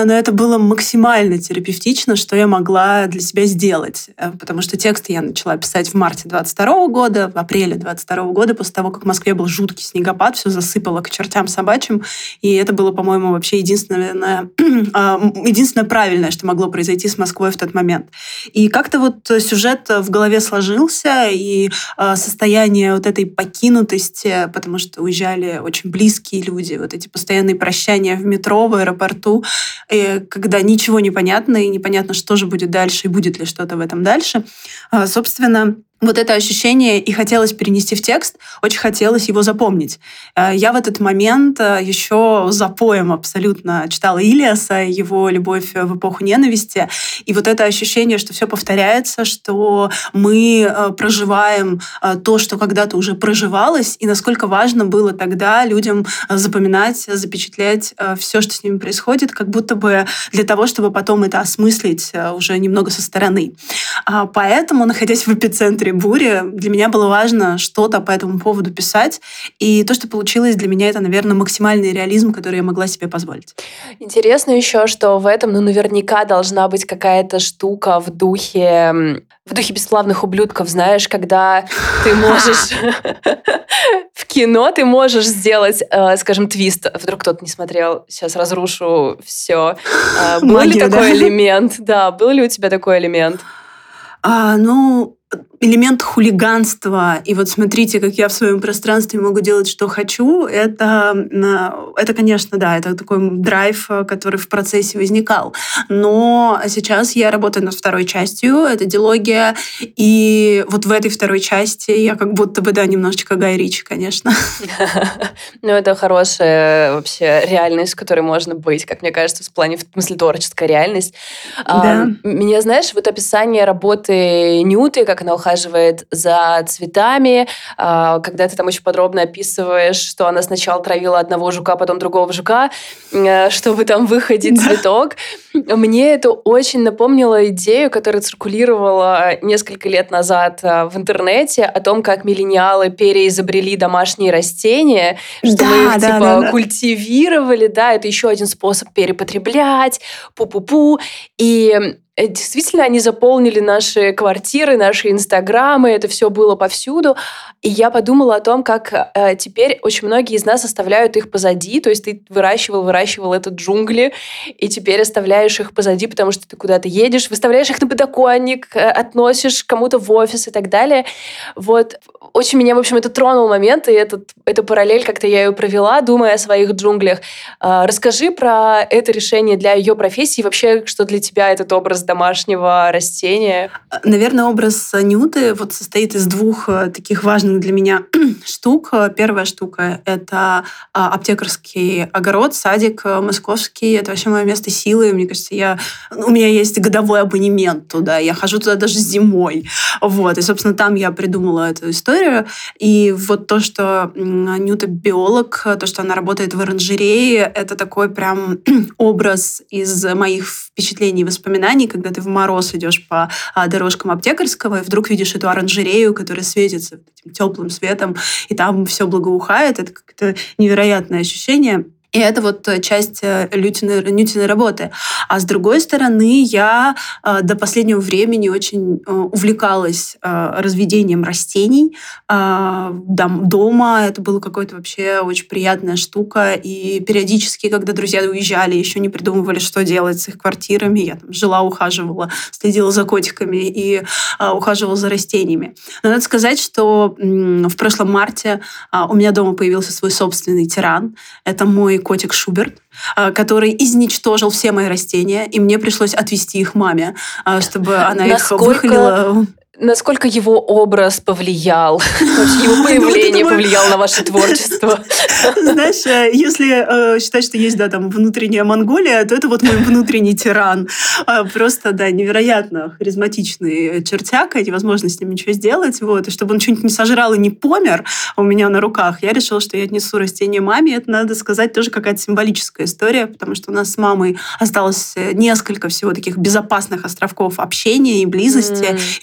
но это было максимально терапевтично, что я могла для себя сделать. Потому что тексты я начала писать в марте 22 года, в апреле 22 года, после того, как в Москве был жуткий снегопад, все засыпало к чертям собачьим. И это было, по-моему, вообще единственное правильное, что могло произойти с Москвой в тот момент. И как-то вот сюжет в голове сложился, и состояние вот этой покинутости, потому что уезжали очень близкие люди, вот эти постоянные прощания в метро, в аэропорту, когда ничего не понятно, и непонятно, что же будет дальше, и будет ли что-то в этом дальше. Собственно, вот это ощущение и хотелось перенести в текст, очень хотелось его запомнить. Я в этот момент еще запоем абсолютно читала Илиаса, его «Любовь в эпоху ненависти», и вот это ощущение, что все повторяется, что мы проживаем то, что когда-то уже проживалось, и насколько важно было тогда людям запоминать, запечатлять все, что с ними происходит, как будто бы для того, чтобы потом это осмыслить уже немного со стороны. Поэтому, находясь в эпицентре бури, для меня было важно что-то по этому поводу писать. И то, что получилось для меня, это, наверное, максимальный реализм, который я могла себе позволить. Интересно еще, что в этом, наверняка должна быть какая-то штука в духе «Бесславных ублюдков», знаешь, когда ты можешь в кино ты можешь сделать, скажем, твист. Вдруг кто-то не смотрел, сейчас разрушу все. Был ли такой элемент? Да, был ли у тебя такой элемент? Элемент хулиганства, и вот смотрите, как я в своем пространстве могу делать, что хочу, это, конечно, да, это такой драйв, который в процессе возникал. Но сейчас я работаю над второй частью, это дилогия, и вот в этой второй части я как будто бы, да, немножечко Гай Ричи, конечно. Это хорошая вообще реальность, в которой можно быть, как мне кажется, в смысле творческая реальность. Да. Меня, знаешь, вот описание работы Нюты, как она ухаживает за цветами, когда ты там очень подробно описываешь, что она сначала травила одного жука, потом другого жука, чтобы там выходить цветок. Мне это очень напомнило идею, которая циркулировала несколько лет назад в интернете, о том, как миллениалы переизобрели домашние растения, что мы их культивировали, да, это еще один способ перепотреблять, пу-пу-пу. И действительно, они заполнили наши квартиры, наши инстаграмы, это все было повсюду. И я подумала о том, как теперь очень многие из нас оставляют их позади. То есть ты выращивал этот джунгли, и теперь оставляешь их позади, потому что ты куда-то едешь, выставляешь их на подоконник, относишь кому-то в офис и так далее. Вот. Очень меня, в общем, это тронул момент, и эта параллель, как-то я ее провела, думая о своих джунглях. Расскажи про это решение для ее профессии, вообще, что для тебя этот образ домашнего растения? Наверное, образ Нюты вот состоит из двух таких важных для меня штук. Первая штука — это аптекарский огород, садик московский. Это вообще мое место силы. Мне кажется, у меня есть годовой абонемент туда. Я хожу туда даже зимой. Вот. И, собственно, там я придумала эту историю. И вот то, что Нюта биолог, то, что она работает в оранжерее, это такой прям образ из моих впечатлений и воспоминаний, когда ты в мороз идешь по дорожкам аптекарского и вдруг видишь эту оранжерею, которая светится этим теплым светом, и там все благоухает. Это как-то невероятное ощущение. И это вот часть Нютиной работы. А с другой стороны, я до последнего времени очень увлекалась разведением растений дома. Это было какое-то вообще очень приятная штука. И периодически, когда друзья уезжали, еще не придумывали, что делать с их квартирами, я там жила, ухаживала, следила за котиками и ухаживала за растениями. Но надо сказать, что в прошлом марте у меня дома появился свой собственный тиран. Это мой котик Шуберт, который изничтожил все мои растения, и мне пришлось отвезти их маме, чтобы она их выхолила. Насколько его образ повлиял, его появление повлияло на ваше творчество? Знаешь, если считать, что есть, да, там внутренняя Монголия, то это вот мой внутренний тиран. Просто, да, невероятно харизматичный чертяка, и невозможно с ним ничего сделать. Вот. И чтобы он что-нибудь не сожрал и не помер у меня на руках, я решила, что я отнесу растение маме. Это, надо сказать, тоже какая-то символическая история, потому что у нас с мамой осталось несколько всего таких безопасных островков общения и близости. И вот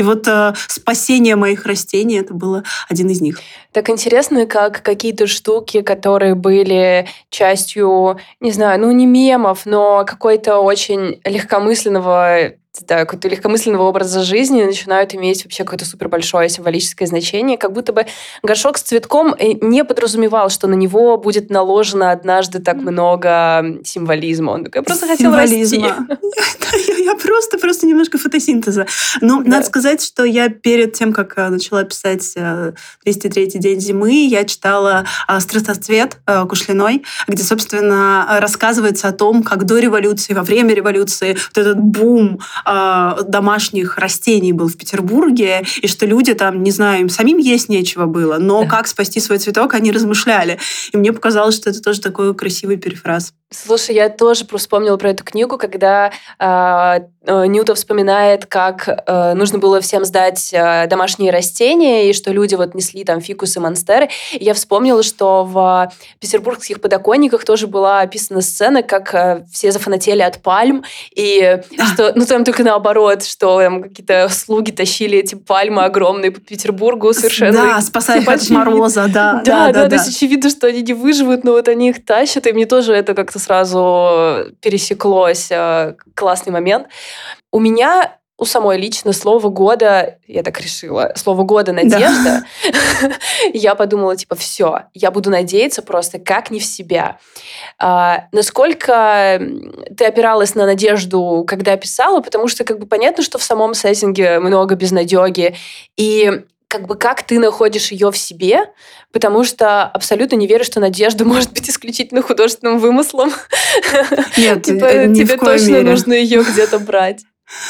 спасения моих растений. Это было один из них. Так интересно, как какие-то штуки, которые были частью, не знаю, не мемов, но какой-то очень легкомысленного какого-то легкомысленного образа жизни начинают иметь вообще какое-то супер большое символическое значение, как будто бы горшок с цветком не подразумевал, что на него будет наложено однажды так много символизма. Он такой, просто хотел расти. Я просто немножко фотосинтеза. Но надо сказать, что я перед тем, как начала писать 203-й день зимы, я читала «Страстоцвет» Кушлиной, где, собственно, рассказывается о том, как до революции, во время революции вот этот бум домашних растений был в Петербурге, и что люди там, не знаю, им самим есть нечего было, но как спасти свой цветок, они размышляли. И мне показалось, что это тоже такой красивый перефраз. Слушай, я тоже вспомнила про эту книгу, когда Нюта вспоминает, как нужно было всем сдать домашние растения, и что люди вот несли там фикусы, монстеры. И я вспомнила, что в петербургских подоконниках тоже была описана сцена, как все зафанатели от пальм, и что, там только наоборот, что там какие-то слуги тащили эти пальмы огромные по Петербургу совершенно. Да, спасая их от мороза, да. Да, то есть очевидно, что они не выживут, но вот они их тащат, и мне тоже это как-то сразу пересеклось. Классный момент. У меня у самой лично слово года, я так решила, слово года «надежда». Да. Я подумала, все, я буду надеяться просто как не в себя. Насколько ты опиралась на надежду, когда писала? Потому что понятно, что в самом сеттинге много безнадёги. И как ты находишь ее в себе, потому что абсолютно не верю, что надежда может быть исключительно художественным вымыслом. Нет, тебе точно нужно ее где-то брать.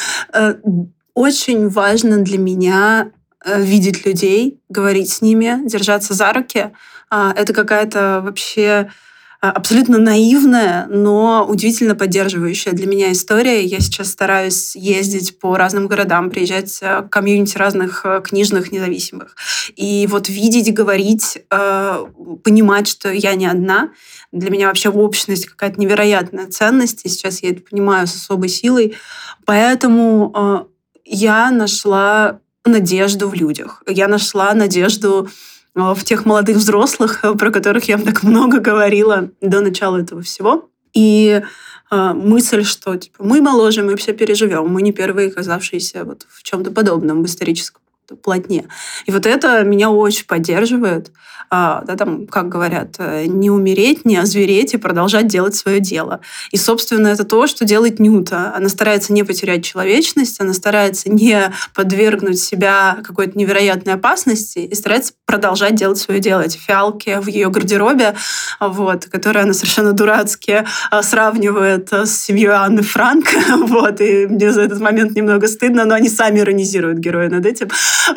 Очень важно для меня видеть людей, говорить с ними, держаться за руки. Это какая-то вообще абсолютно наивная, но удивительно поддерживающая для меня история. Я сейчас стараюсь ездить по разным городам, приезжать в комьюнити разных книжных независимых. И вот видеть, говорить, понимать, что я не одна. Для меня вообще общность какая-то невероятная ценность. И сейчас я это понимаю с особой силой. Поэтому я нашла надежду в людях. Я нашла надежду в тех молодых взрослых, про которых я так много говорила до начала этого всего. И мысль, что мы моложе, мы все переживем, мы не первые, оказавшиеся в чем-то подобном в историческом полотне. И вот это меня очень поддерживает. Как говорят, не умереть, не озвереть и продолжать делать свое дело. И, собственно, это то, что делает Нюта. Она старается не потерять человечность, она старается не подвергнуть себя какой-то невероятной опасности и старается продолжать делать свое дело. Эти фиалки в ее гардеробе, которые она совершенно дурацки сравнивает с семьей Анны Франк. И мне за этот момент немного стыдно, но они сами иронизируют героя над этим.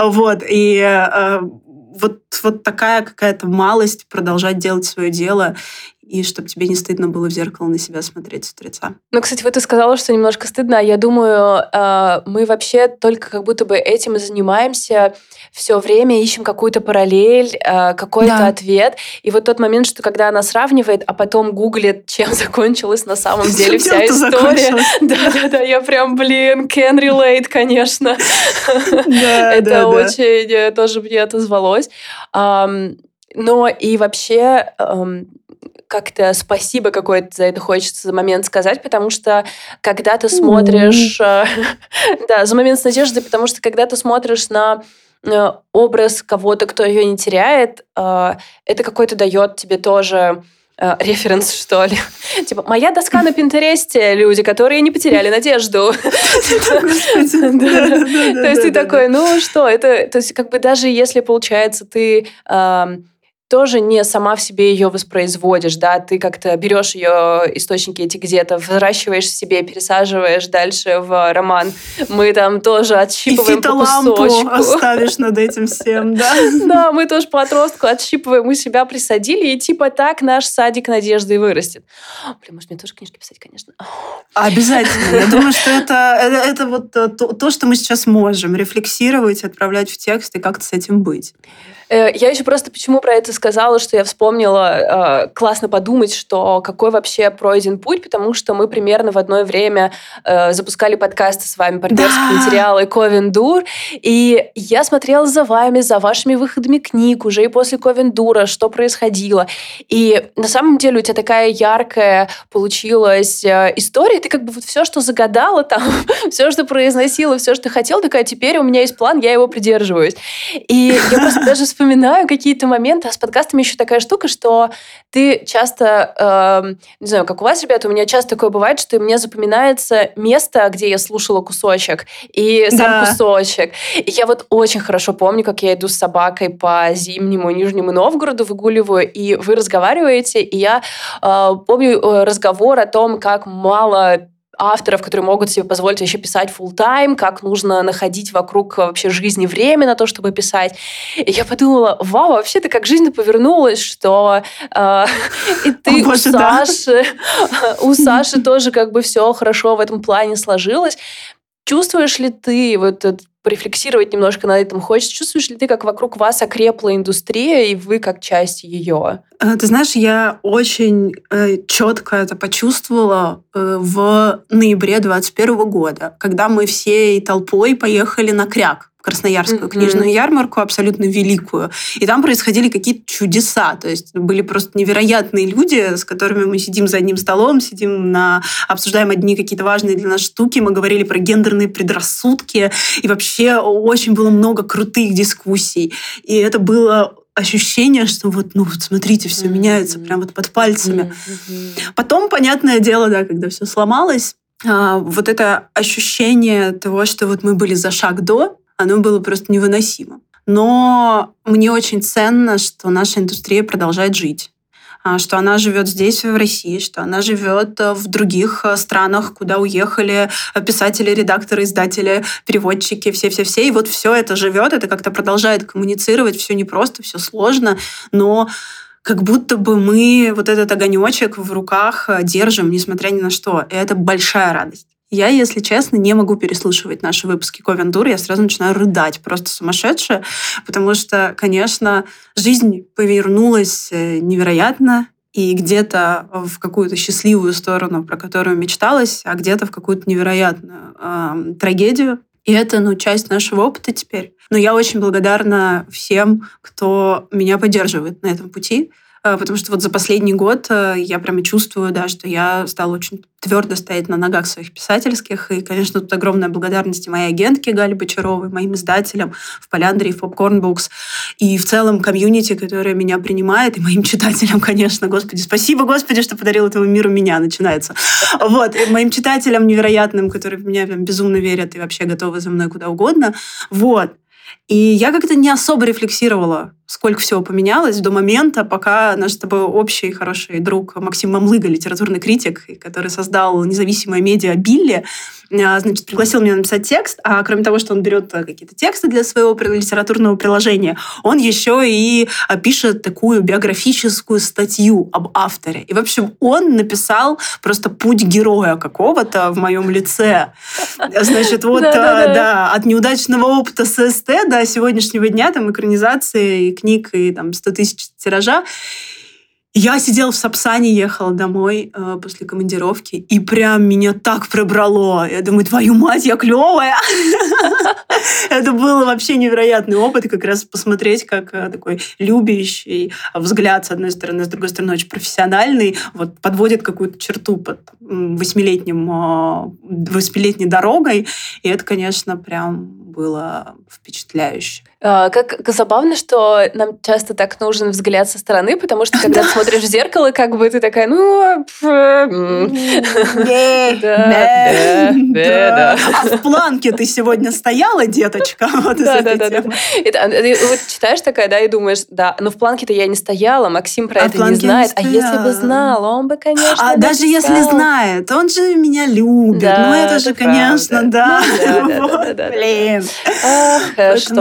И вот такая какая-то малость продолжать делать свое дело, и чтобы тебе не стыдно было в зеркало на себя смотреть с утреца. Кстати, ты сказала, что немножко стыдно, а я думаю, мы вообще только как будто бы этим и занимаемся все время, ищем какую-то параллель, какой-то ответ. И вот тот момент, что когда она сравнивает, а потом гуглит, чем закончилась на самом деле вся история. Да, я прям, can relate, конечно. Это очень тоже мне отозвалось. Но и вообще как-то спасибо какое-то за это хочется за момент сказать, потому что когда ты смотришь... за момент с надеждой, потому что когда ты смотришь на образ кого-то, кто ее не теряет, это какой-то дает тебе тоже референс, что ли. Моя доска на Пинтересте, люди, которые не потеряли надежду. То есть ты такой, что, это... То есть даже если, получается, ты... тоже не сама в себе ее воспроизводишь, да, ты как-то берешь ее источники эти где-то, взращиваешь в себе, пересаживаешь дальше в роман. Мы там тоже отщипываем по кусочку. И фитолампу оставишь над этим всем, да? Да, мы тоже по отростку отщипываем, мы себя присадили, и так наш садик надежды и вырастет. Может, мне тоже книжки писать, конечно. Обязательно. Я думаю, что это вот то, что мы сейчас можем рефлексировать, отправлять в текст и как-то с этим быть. Я еще просто почему про это сказала, что я вспомнила, классно подумать, что какой вообще пройден путь, потому что мы примерно в одно время запускали подкасты с вами, партнерские материалы Ковендур, и я смотрела за вами, за вашими выходами книг уже и после Ковендура, что происходило. И на самом деле у тебя такая яркая получилась история, ты как бы вот все, что загадала там, все, что произносила, все, что хотела, такая, теперь у меня есть план, я его придерживаюсь. И я просто даже вспоминаю какие-то моменты, а с подкастами еще такая штука, что ты часто, не знаю, как у вас, ребята, у меня часто такое бывает, что мне запоминается место, где я слушала кусочек, и сам кусочек. И я вот очень хорошо помню, как я иду с собакой по Зимнему Нижнему Новгороду, выгуливаю, и вы разговариваете, и я помню разговор о том, как мало авторов, которые могут себе позволить вообще писать full-time, как нужно находить вокруг вообще жизни время на то, чтобы писать. И я подумала, вау, вообще-то как жизнь повернулась, что и ты у Саши тоже как бы все хорошо в этом плане сложилось. Чувствуешь ли ты, вот порефлексировать немножко на этом хочется, чувствуешь ли ты, как вокруг вас окрепла индустрия, и вы как часть ее? Ты знаешь, я очень четко это почувствовала в ноябре 2021 года, когда мы всей толпой поехали на Кряк, в Красноярскую книжную ярмарку, абсолютно великую. И там происходили какие-то чудеса. То есть были просто невероятные люди, с которыми мы сидим за одним столом, обсуждаем одни какие-то важные для нас штуки. Мы говорили про гендерные предрассудки. И вообще очень было много крутых дискуссий. И это было ощущение, что вот смотрите, все меняется прямо вот под пальцами. Потом, понятное дело, когда все сломалось, вот это ощущение того, что вот мы были за шаг до, оно было просто невыносимо. Но мне очень ценно, что наша индустрия продолжает жить, что она живет здесь, в России, что она живет в других странах, куда уехали писатели, редакторы, издатели, переводчики, все-все-все. И вот все это живет, это как-то продолжает коммуницировать. Все непросто, все сложно, но как будто бы мы вот этот огонечек в руках держим, несмотря ни на что. И это большая радость. Я, если честно, не могу переслушивать наши выпуски Ковендур, я сразу начинаю рыдать, просто сумасшедшая, потому что, конечно, жизнь повернулась невероятно, и где-то в какую-то счастливую сторону, про которую мечталась, а где-то в какую-то невероятную трагедию. И это, часть нашего опыта теперь. Но я очень благодарна всем, кто меня поддерживает на этом пути, потому что вот за последний год я прямо чувствую, что я стала очень твердо стоять на ногах своих писательских. И, конечно, тут огромная благодарность и моей агентке Гале Бочаровой, моим издателям в Поляндре и в Popcorn Books, и в целом комьюнити, которое меня принимает, и моим читателям, конечно. Господи, спасибо, Господи, что подарил этому миру меня, начинается. Вот. И моим читателям невероятным, которые в меня прям безумно верят и вообще готовы за мной куда угодно. Вот. И я как-то не особо рефлексировала, сколько всего поменялось до момента, пока наш с тобой общий хороший друг Максим Мамлыга, литературный критик, который создал независимое медиа «Билли», пригласил меня написать текст, а кроме того, что он берет какие-то тексты для своего литературного приложения, он еще и пишет такую биографическую статью об авторе. И, в общем, он написал просто путь героя какого-то в моем лице. Значит, от неудачного опыта ССТ до сегодняшнего дня, экранизации и книг, и 100 тысяч тиража. Я сидела в Сапсане, ехала домой после командировки, и прям меня так пробрало. Я думаю, твою мать, я клевая! Это был вообще невероятный опыт, как раз посмотреть, как такой любящий взгляд, с одной стороны, с другой стороны, очень профессиональный, подводит какую-то черту под 8-летней дорогой. И это, конечно, прям было впечатляюще. Как забавно, что нам часто так нужен взгляд со стороны, потому что когда ты смотришь в зеркало, как бы ты такая, да. А в планке ты сегодня стояла, деточка? Да. Вот читаешь такая, и думаешь, но в планке-то я не стояла, Максим про это не знает. А если бы знал, он бы, конечно, А даже если знает, он же меня любит. Ну, это же, конечно, да. Блин. Что ж, прекрасно.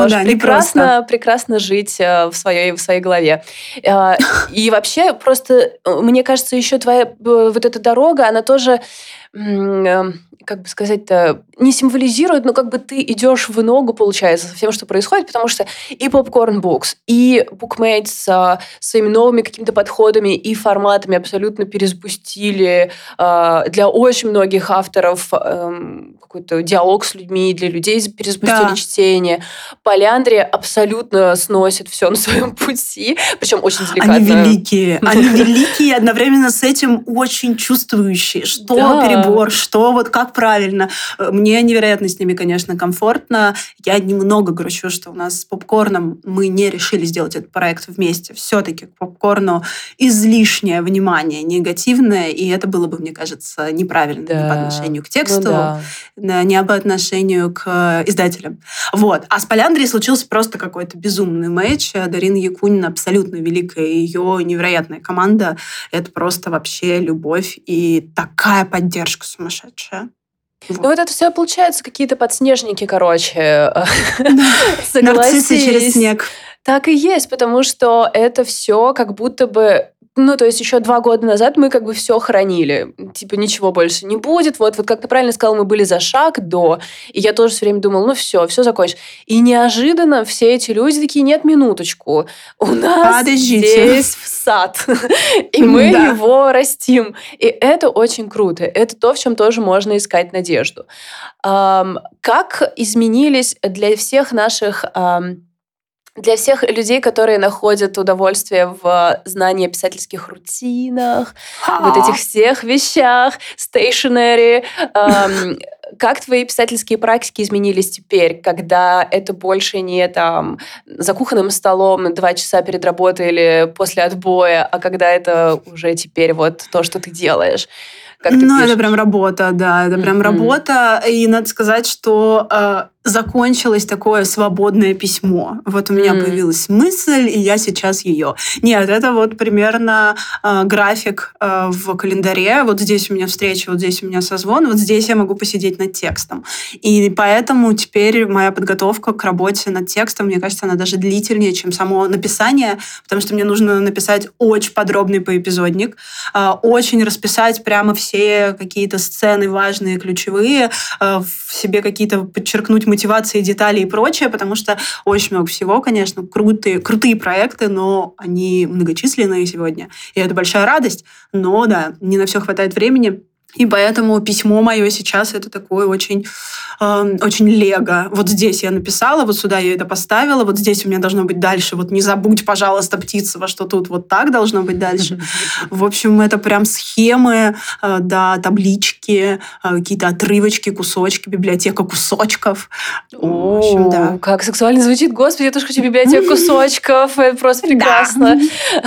прекрасно жить в своей голове. И вообще просто, мне кажется, еще твоя вот эта дорога, она тоже, как бы сказать-то, не символизирует, но как бы ты идешь в ногу, получается, со всем, что происходит, потому что и Popcorn Books, и Bookmate с своими новыми какими-то подходами и форматами абсолютно перезапустили для очень многих авторов какой-то диалог с людьми, для людей перезапустили чтение. Поляндрия абсолютно сносит все на своем пути, причем очень деликатно. Они великие, одновременно с этим очень чувствующие, что перебор, что вот как правильно. Мне невероятно с ними, конечно, комфортно. Я немного грущу, что у нас с Попкорном мы не решили сделать этот проект вместе. Все-таки к Попкорну излишнее внимание негативное, и это было бы, мне кажется, неправильно ни по отношению к тексту, ни по отношению к издателям. Вот. А с Поляндрой случился просто какой-то безумный матч. Дарина Якунина абсолютно великая, ее невероятная команда. Это просто вообще любовь и такая поддержка сумасшедшая. Вот. Ну, вот это все получается какие-то подснежники, короче. Нарциссы через снег. Так и есть, потому что это все как будто бы... Ну, то есть еще 2 года назад мы как бы все хранили. Типа ничего больше не будет. Вот как ты правильно сказал, мы были за шаг до. И я тоже все время думала, ну все закончится. И неожиданно все эти люди такие, нет, минуточку. У нас здесь сад. И мы его растим. И это очень круто. Это то, в чем тоже можно искать надежду. Как изменились для всех наших... Для всех людей, которые находят удовольствие в знании о писательских рутинах, вот этих всех вещах, stationery, как твои писательские практики изменились теперь, когда это больше не там за кухонным столом 2 часа перед работой или после отбоя, а когда это уже теперь вот то, что ты делаешь? Это прям работа, да, это прям работа. И надо сказать, что закончилось такое свободное письмо. Вот у меня появилась мысль, и я сейчас ее. Нет, это вот примерно график в календаре. Вот здесь у меня встреча, вот здесь у меня созвон, вот здесь я могу посидеть над текстом. И поэтому теперь моя подготовка к работе над текстом, мне кажется, она даже длительнее, чем само написание, потому что мне нужно написать очень подробный поэпизодник, очень расписать прямо все какие-то сцены важные, ключевые, в себе какие-то подчеркнуть мотивации, детали и прочее, потому что очень много всего, конечно, крутые проекты, но они многочисленные сегодня. И это большая радость, но да, не на все хватает времени. И поэтому письмо мое сейчас это такое очень лего. Вот здесь я написала, вот сюда я это поставила, вот здесь у меня должно быть дальше. Вот не забудь, пожалуйста, Птицева, что тут вот так должно быть дальше. В общем, это прям схемы, да, таблички, какие-то отрывочки, кусочки, библиотека кусочков. В общем, да. Как сексуально звучит. Господи, я тоже хочу библиотеку кусочков. Это просто прекрасно.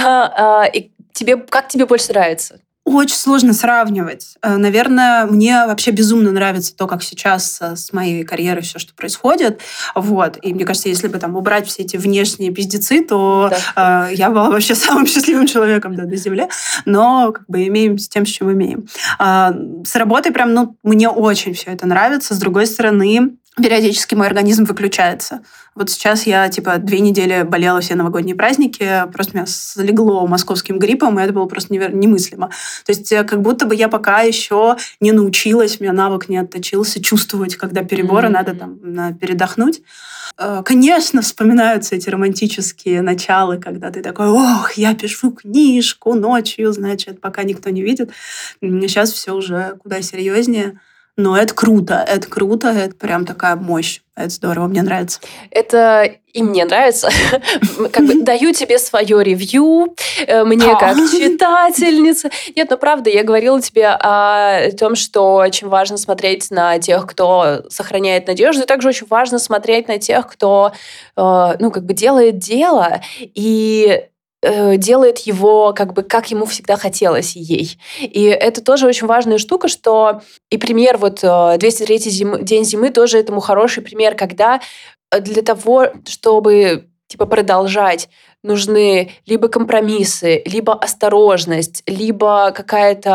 И как тебе больше нравится? Очень сложно сравнивать. Наверное, мне вообще безумно нравится то, как сейчас с моей карьерой все, что происходит. Вот. И мне кажется, если бы там убрать все эти внешние пиздецы, то я была вообще самым счастливым человеком на Земле. Но как бы имеем с тем, с чем имеем. С работой прям, мне очень все это нравится. С другой стороны, периодически мой организм выключается. Вот сейчас я, 2 недели болела все новогодние праздники, просто меня слегло московским гриппом, и это было просто немыслимо. То есть как будто бы я пока еще не научилась, у меня навык не отточился чувствовать, когда переборы, надо там передохнуть. Конечно, вспоминаются эти романтические начала, когда ты такой, я пишу книжку ночью, значит, пока никто не видит. Сейчас все уже куда серьезнее. Но это круто, это прям такая мощь. Это здорово, мне нравится. Это и мне нравится. Как бы даю тебе свое ревью, мне как читательнице. Нет, правда, я говорила тебе о том, что очень важно смотреть на тех, кто сохраняет надежду, и также очень важно смотреть на тех, кто, делает дело, и делает его как ему всегда хотелось ей. И это тоже очень важная штука, что и пример 203-й день зимы тоже этому хороший пример, когда для того, чтобы продолжать, нужны либо компромиссы, либо осторожность, либо какая-то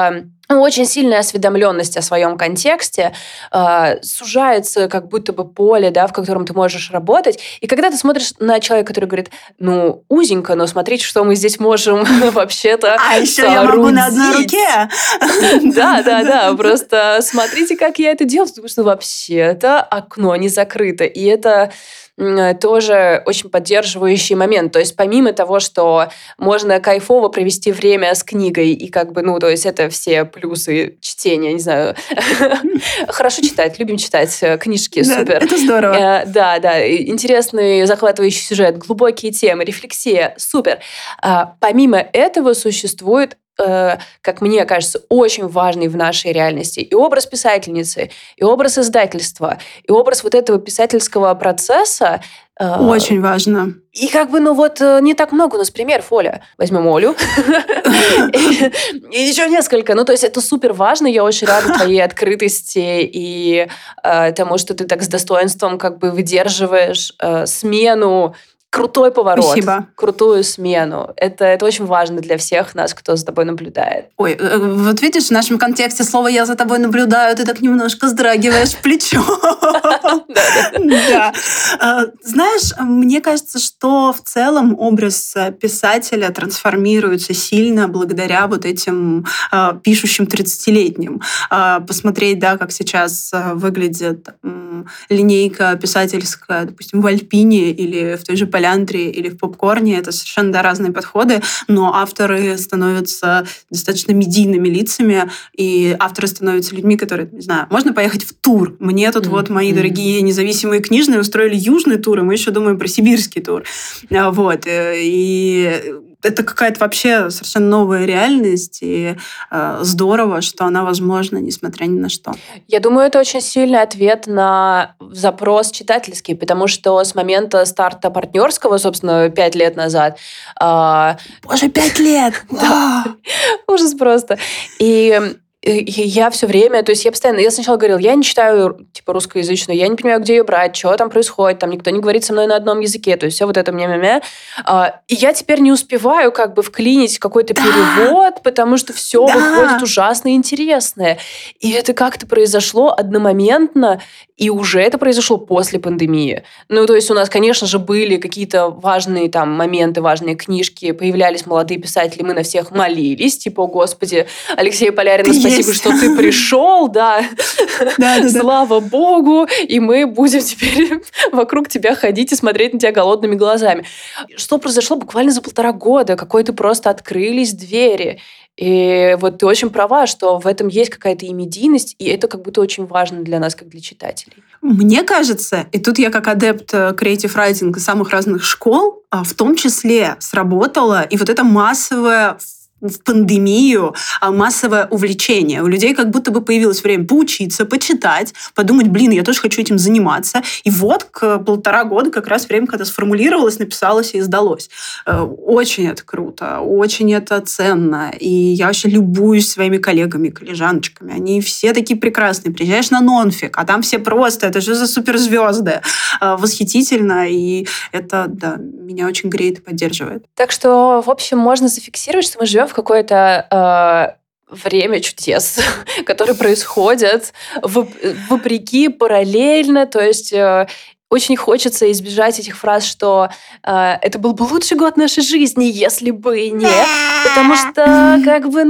очень сильная осведомленность о своем контексте, сужается как будто бы поле, да, в котором ты можешь работать. И когда ты смотришь на человека, который говорит, ну, узенько, но смотрите, что мы здесь можем вообще-то А еще я могу на одной руке. Да, просто смотрите, как я это делаю, потому что вообще-то окно не закрыто. И это тоже очень поддерживающий момент. То есть помимо того, что можно кайфово провести время с книгой, и как бы, ну, то есть это все плюсы чтения, не знаю. Хорошо читать, любим читать книжки, супер. Это здорово. Да, интересный, захватывающий сюжет, глубокие темы, рефлексия, супер. Помимо этого существует, как мне кажется, очень важный в нашей реальности и образ писательницы, и образ издательства, и образ вот этого писательского процесса. Очень важно. И как бы, не так много у нас примеров, Оля. Возьмем Олю. И еще несколько. Ну, то есть это супер важно. Я очень рада твоей открытости и тому, что ты так с достоинством как бы выдерживаешь смену. Крутой поворот. Спасибо. Крутую смену. Это очень важно для всех нас, кто за тобой наблюдает. Ой, вот видишь, в нашем контексте слово «я за тобой наблюдаю», ты так немножко вздрагиваешь плечо. Да. Знаешь, мне кажется, что в целом образ писателя трансформируется сильно благодаря вот этим пишущим 30-летним. Посмотреть, да, как сейчас выглядит линейка писательская, допустим, в Альпине или в той же Поляндрии или в Попкорне. Это совершенно разные подходы, но авторы становятся достаточно медийными лицами, и авторы становятся людьми, которые, не знаю, можно поехать в тур. Мне тут вот мои дорогие независимые книжные устроили южный тур, и мы еще думаем про сибирский тур. Вот. И это какая-то вообще совершенно новая реальность, и здорово, что она возможна, несмотря ни на что. Я думаю, это очень сильный ответ на запрос читательский, потому что с момента старта партнерского, собственно, 5 лет назад... Боже, 5 лет! Да, ужас просто. И я все время, то есть я сначала говорила, я не читаю типа русскоязычную, я не понимаю, где ее брать, что там происходит, там никто не говорит со мной на одном языке, то есть все вот это мне-мя-мя. И я теперь не успеваю как бы вклинить какой-то перевод, потому что все выходит ужасно интересное. И это как-то произошло одномоментно, и уже это произошло после пандемии. Ну, то есть у нас, конечно же, были какие-то важные там моменты, важные книжки, появлялись молодые писатели, мы на всех молились, типа, о, Господи, Алексей Полярин, спасибо, что ты пришел, да. Слава Богу, и мы будем теперь вокруг тебя ходить и смотреть на тебя голодными глазами. Что произошло буквально за 1,5 года? Какой-то просто открылись двери. И вот ты очень права, что в этом есть какая-то и медийность, и это как будто очень важно для нас, как для читателей. Мне кажется, и тут я как адепт creative writing из самых разных школ, в том числе сработала и вот эта массовая в пандемию массовое увлечение. У людей как будто бы появилось время поучиться, почитать, подумать, я тоже хочу этим заниматься. И вот к 1,5 года как раз время, когда сформулировалось, написалось и издалось. Очень это круто, очень это ценно. И я вообще любуюсь своими коллегами, коллежаночками. Они все такие прекрасные. Приезжаешь на нонфик, а там все просто, это же за суперзвезды. Восхитительно, и это, да, меня очень греет и поддерживает. Так что, в общем, можно зафиксировать, что мы живем в какое-то время чудес, которые происходят вопреки, параллельно, то есть очень хочется избежать этих фраз, что это был бы лучший год нашей жизни, если бы не, потому что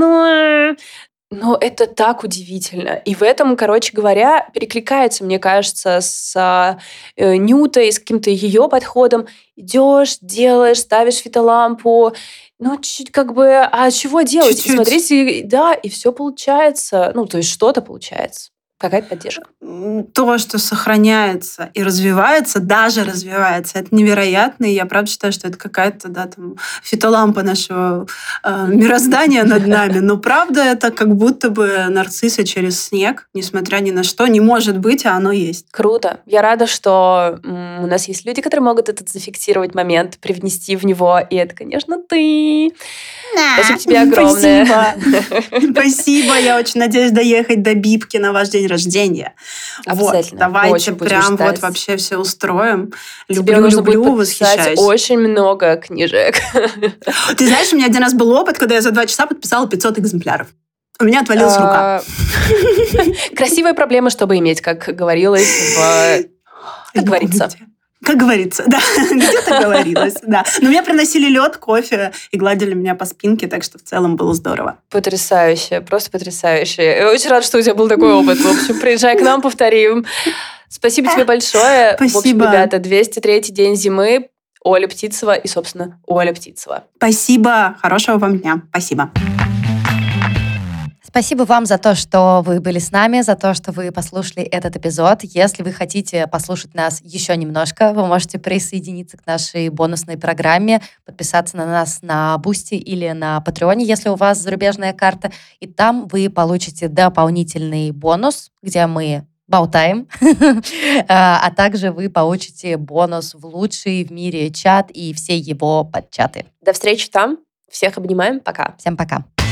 но это так удивительно. И в этом, короче говоря, перекликается, мне кажется, с Нютой, с каким-то ее подходом. Идешь, делаешь, ставишь фитолампу. Чуть а чего делать? Чуть-чуть. И смотрите, да, и все получается. То есть что-то получается. Какая-то поддержка. То, что сохраняется и развивается, даже развивается, это невероятно. И я правда считаю, что это какая-то, фитолампа нашего мироздания над нами. Но правда это как будто бы нарцисса через снег, несмотря ни на что. Не может быть, а оно есть. Круто. Я рада, что у нас есть люди, которые могут этот зафиксировать момент, привнести в него. И это, конечно, ты. Спасибо тебе огромное. Спасибо. Я очень надеюсь доехать до Бибки на ваш день рождения. Обязательно. Давайте прям вообще все устроим. Тебе нужно будет восхищаюсь. Очень много книжек. Ты знаешь, у меня один раз был опыт, когда я за 2 часа подписала 500 экземпляров. У меня отвалилась рука. Красивая проблема, чтобы иметь, как говорилось Как говорится. Как говорится, да, где-то говорилось, да. Но мне приносили лед, кофе и гладили меня по спинке, так что в целом было здорово. Потрясающе, просто потрясающе. Я очень рада, что у тебя был такой опыт. В общем, приезжай к нам, повторим. Спасибо тебе большое. Спасибо. В общем, ребята, 203-й день зимы. Оля Птицева и, собственно, Оля Птицева. Спасибо. Хорошего вам дня. Спасибо. Спасибо вам за то, что вы были с нами, за то, что вы послушали этот эпизод. Если вы хотите послушать нас еще немножко, вы можете присоединиться к нашей бонусной программе, подписаться на нас на Бусти или на Патреоне, если у вас зарубежная карта. И там вы получите дополнительный бонус, где мы болтаем, а также вы получите бонус в лучший в мире чат и все его подчаты. До встречи там. Всех обнимаем. Пока. Всем пока.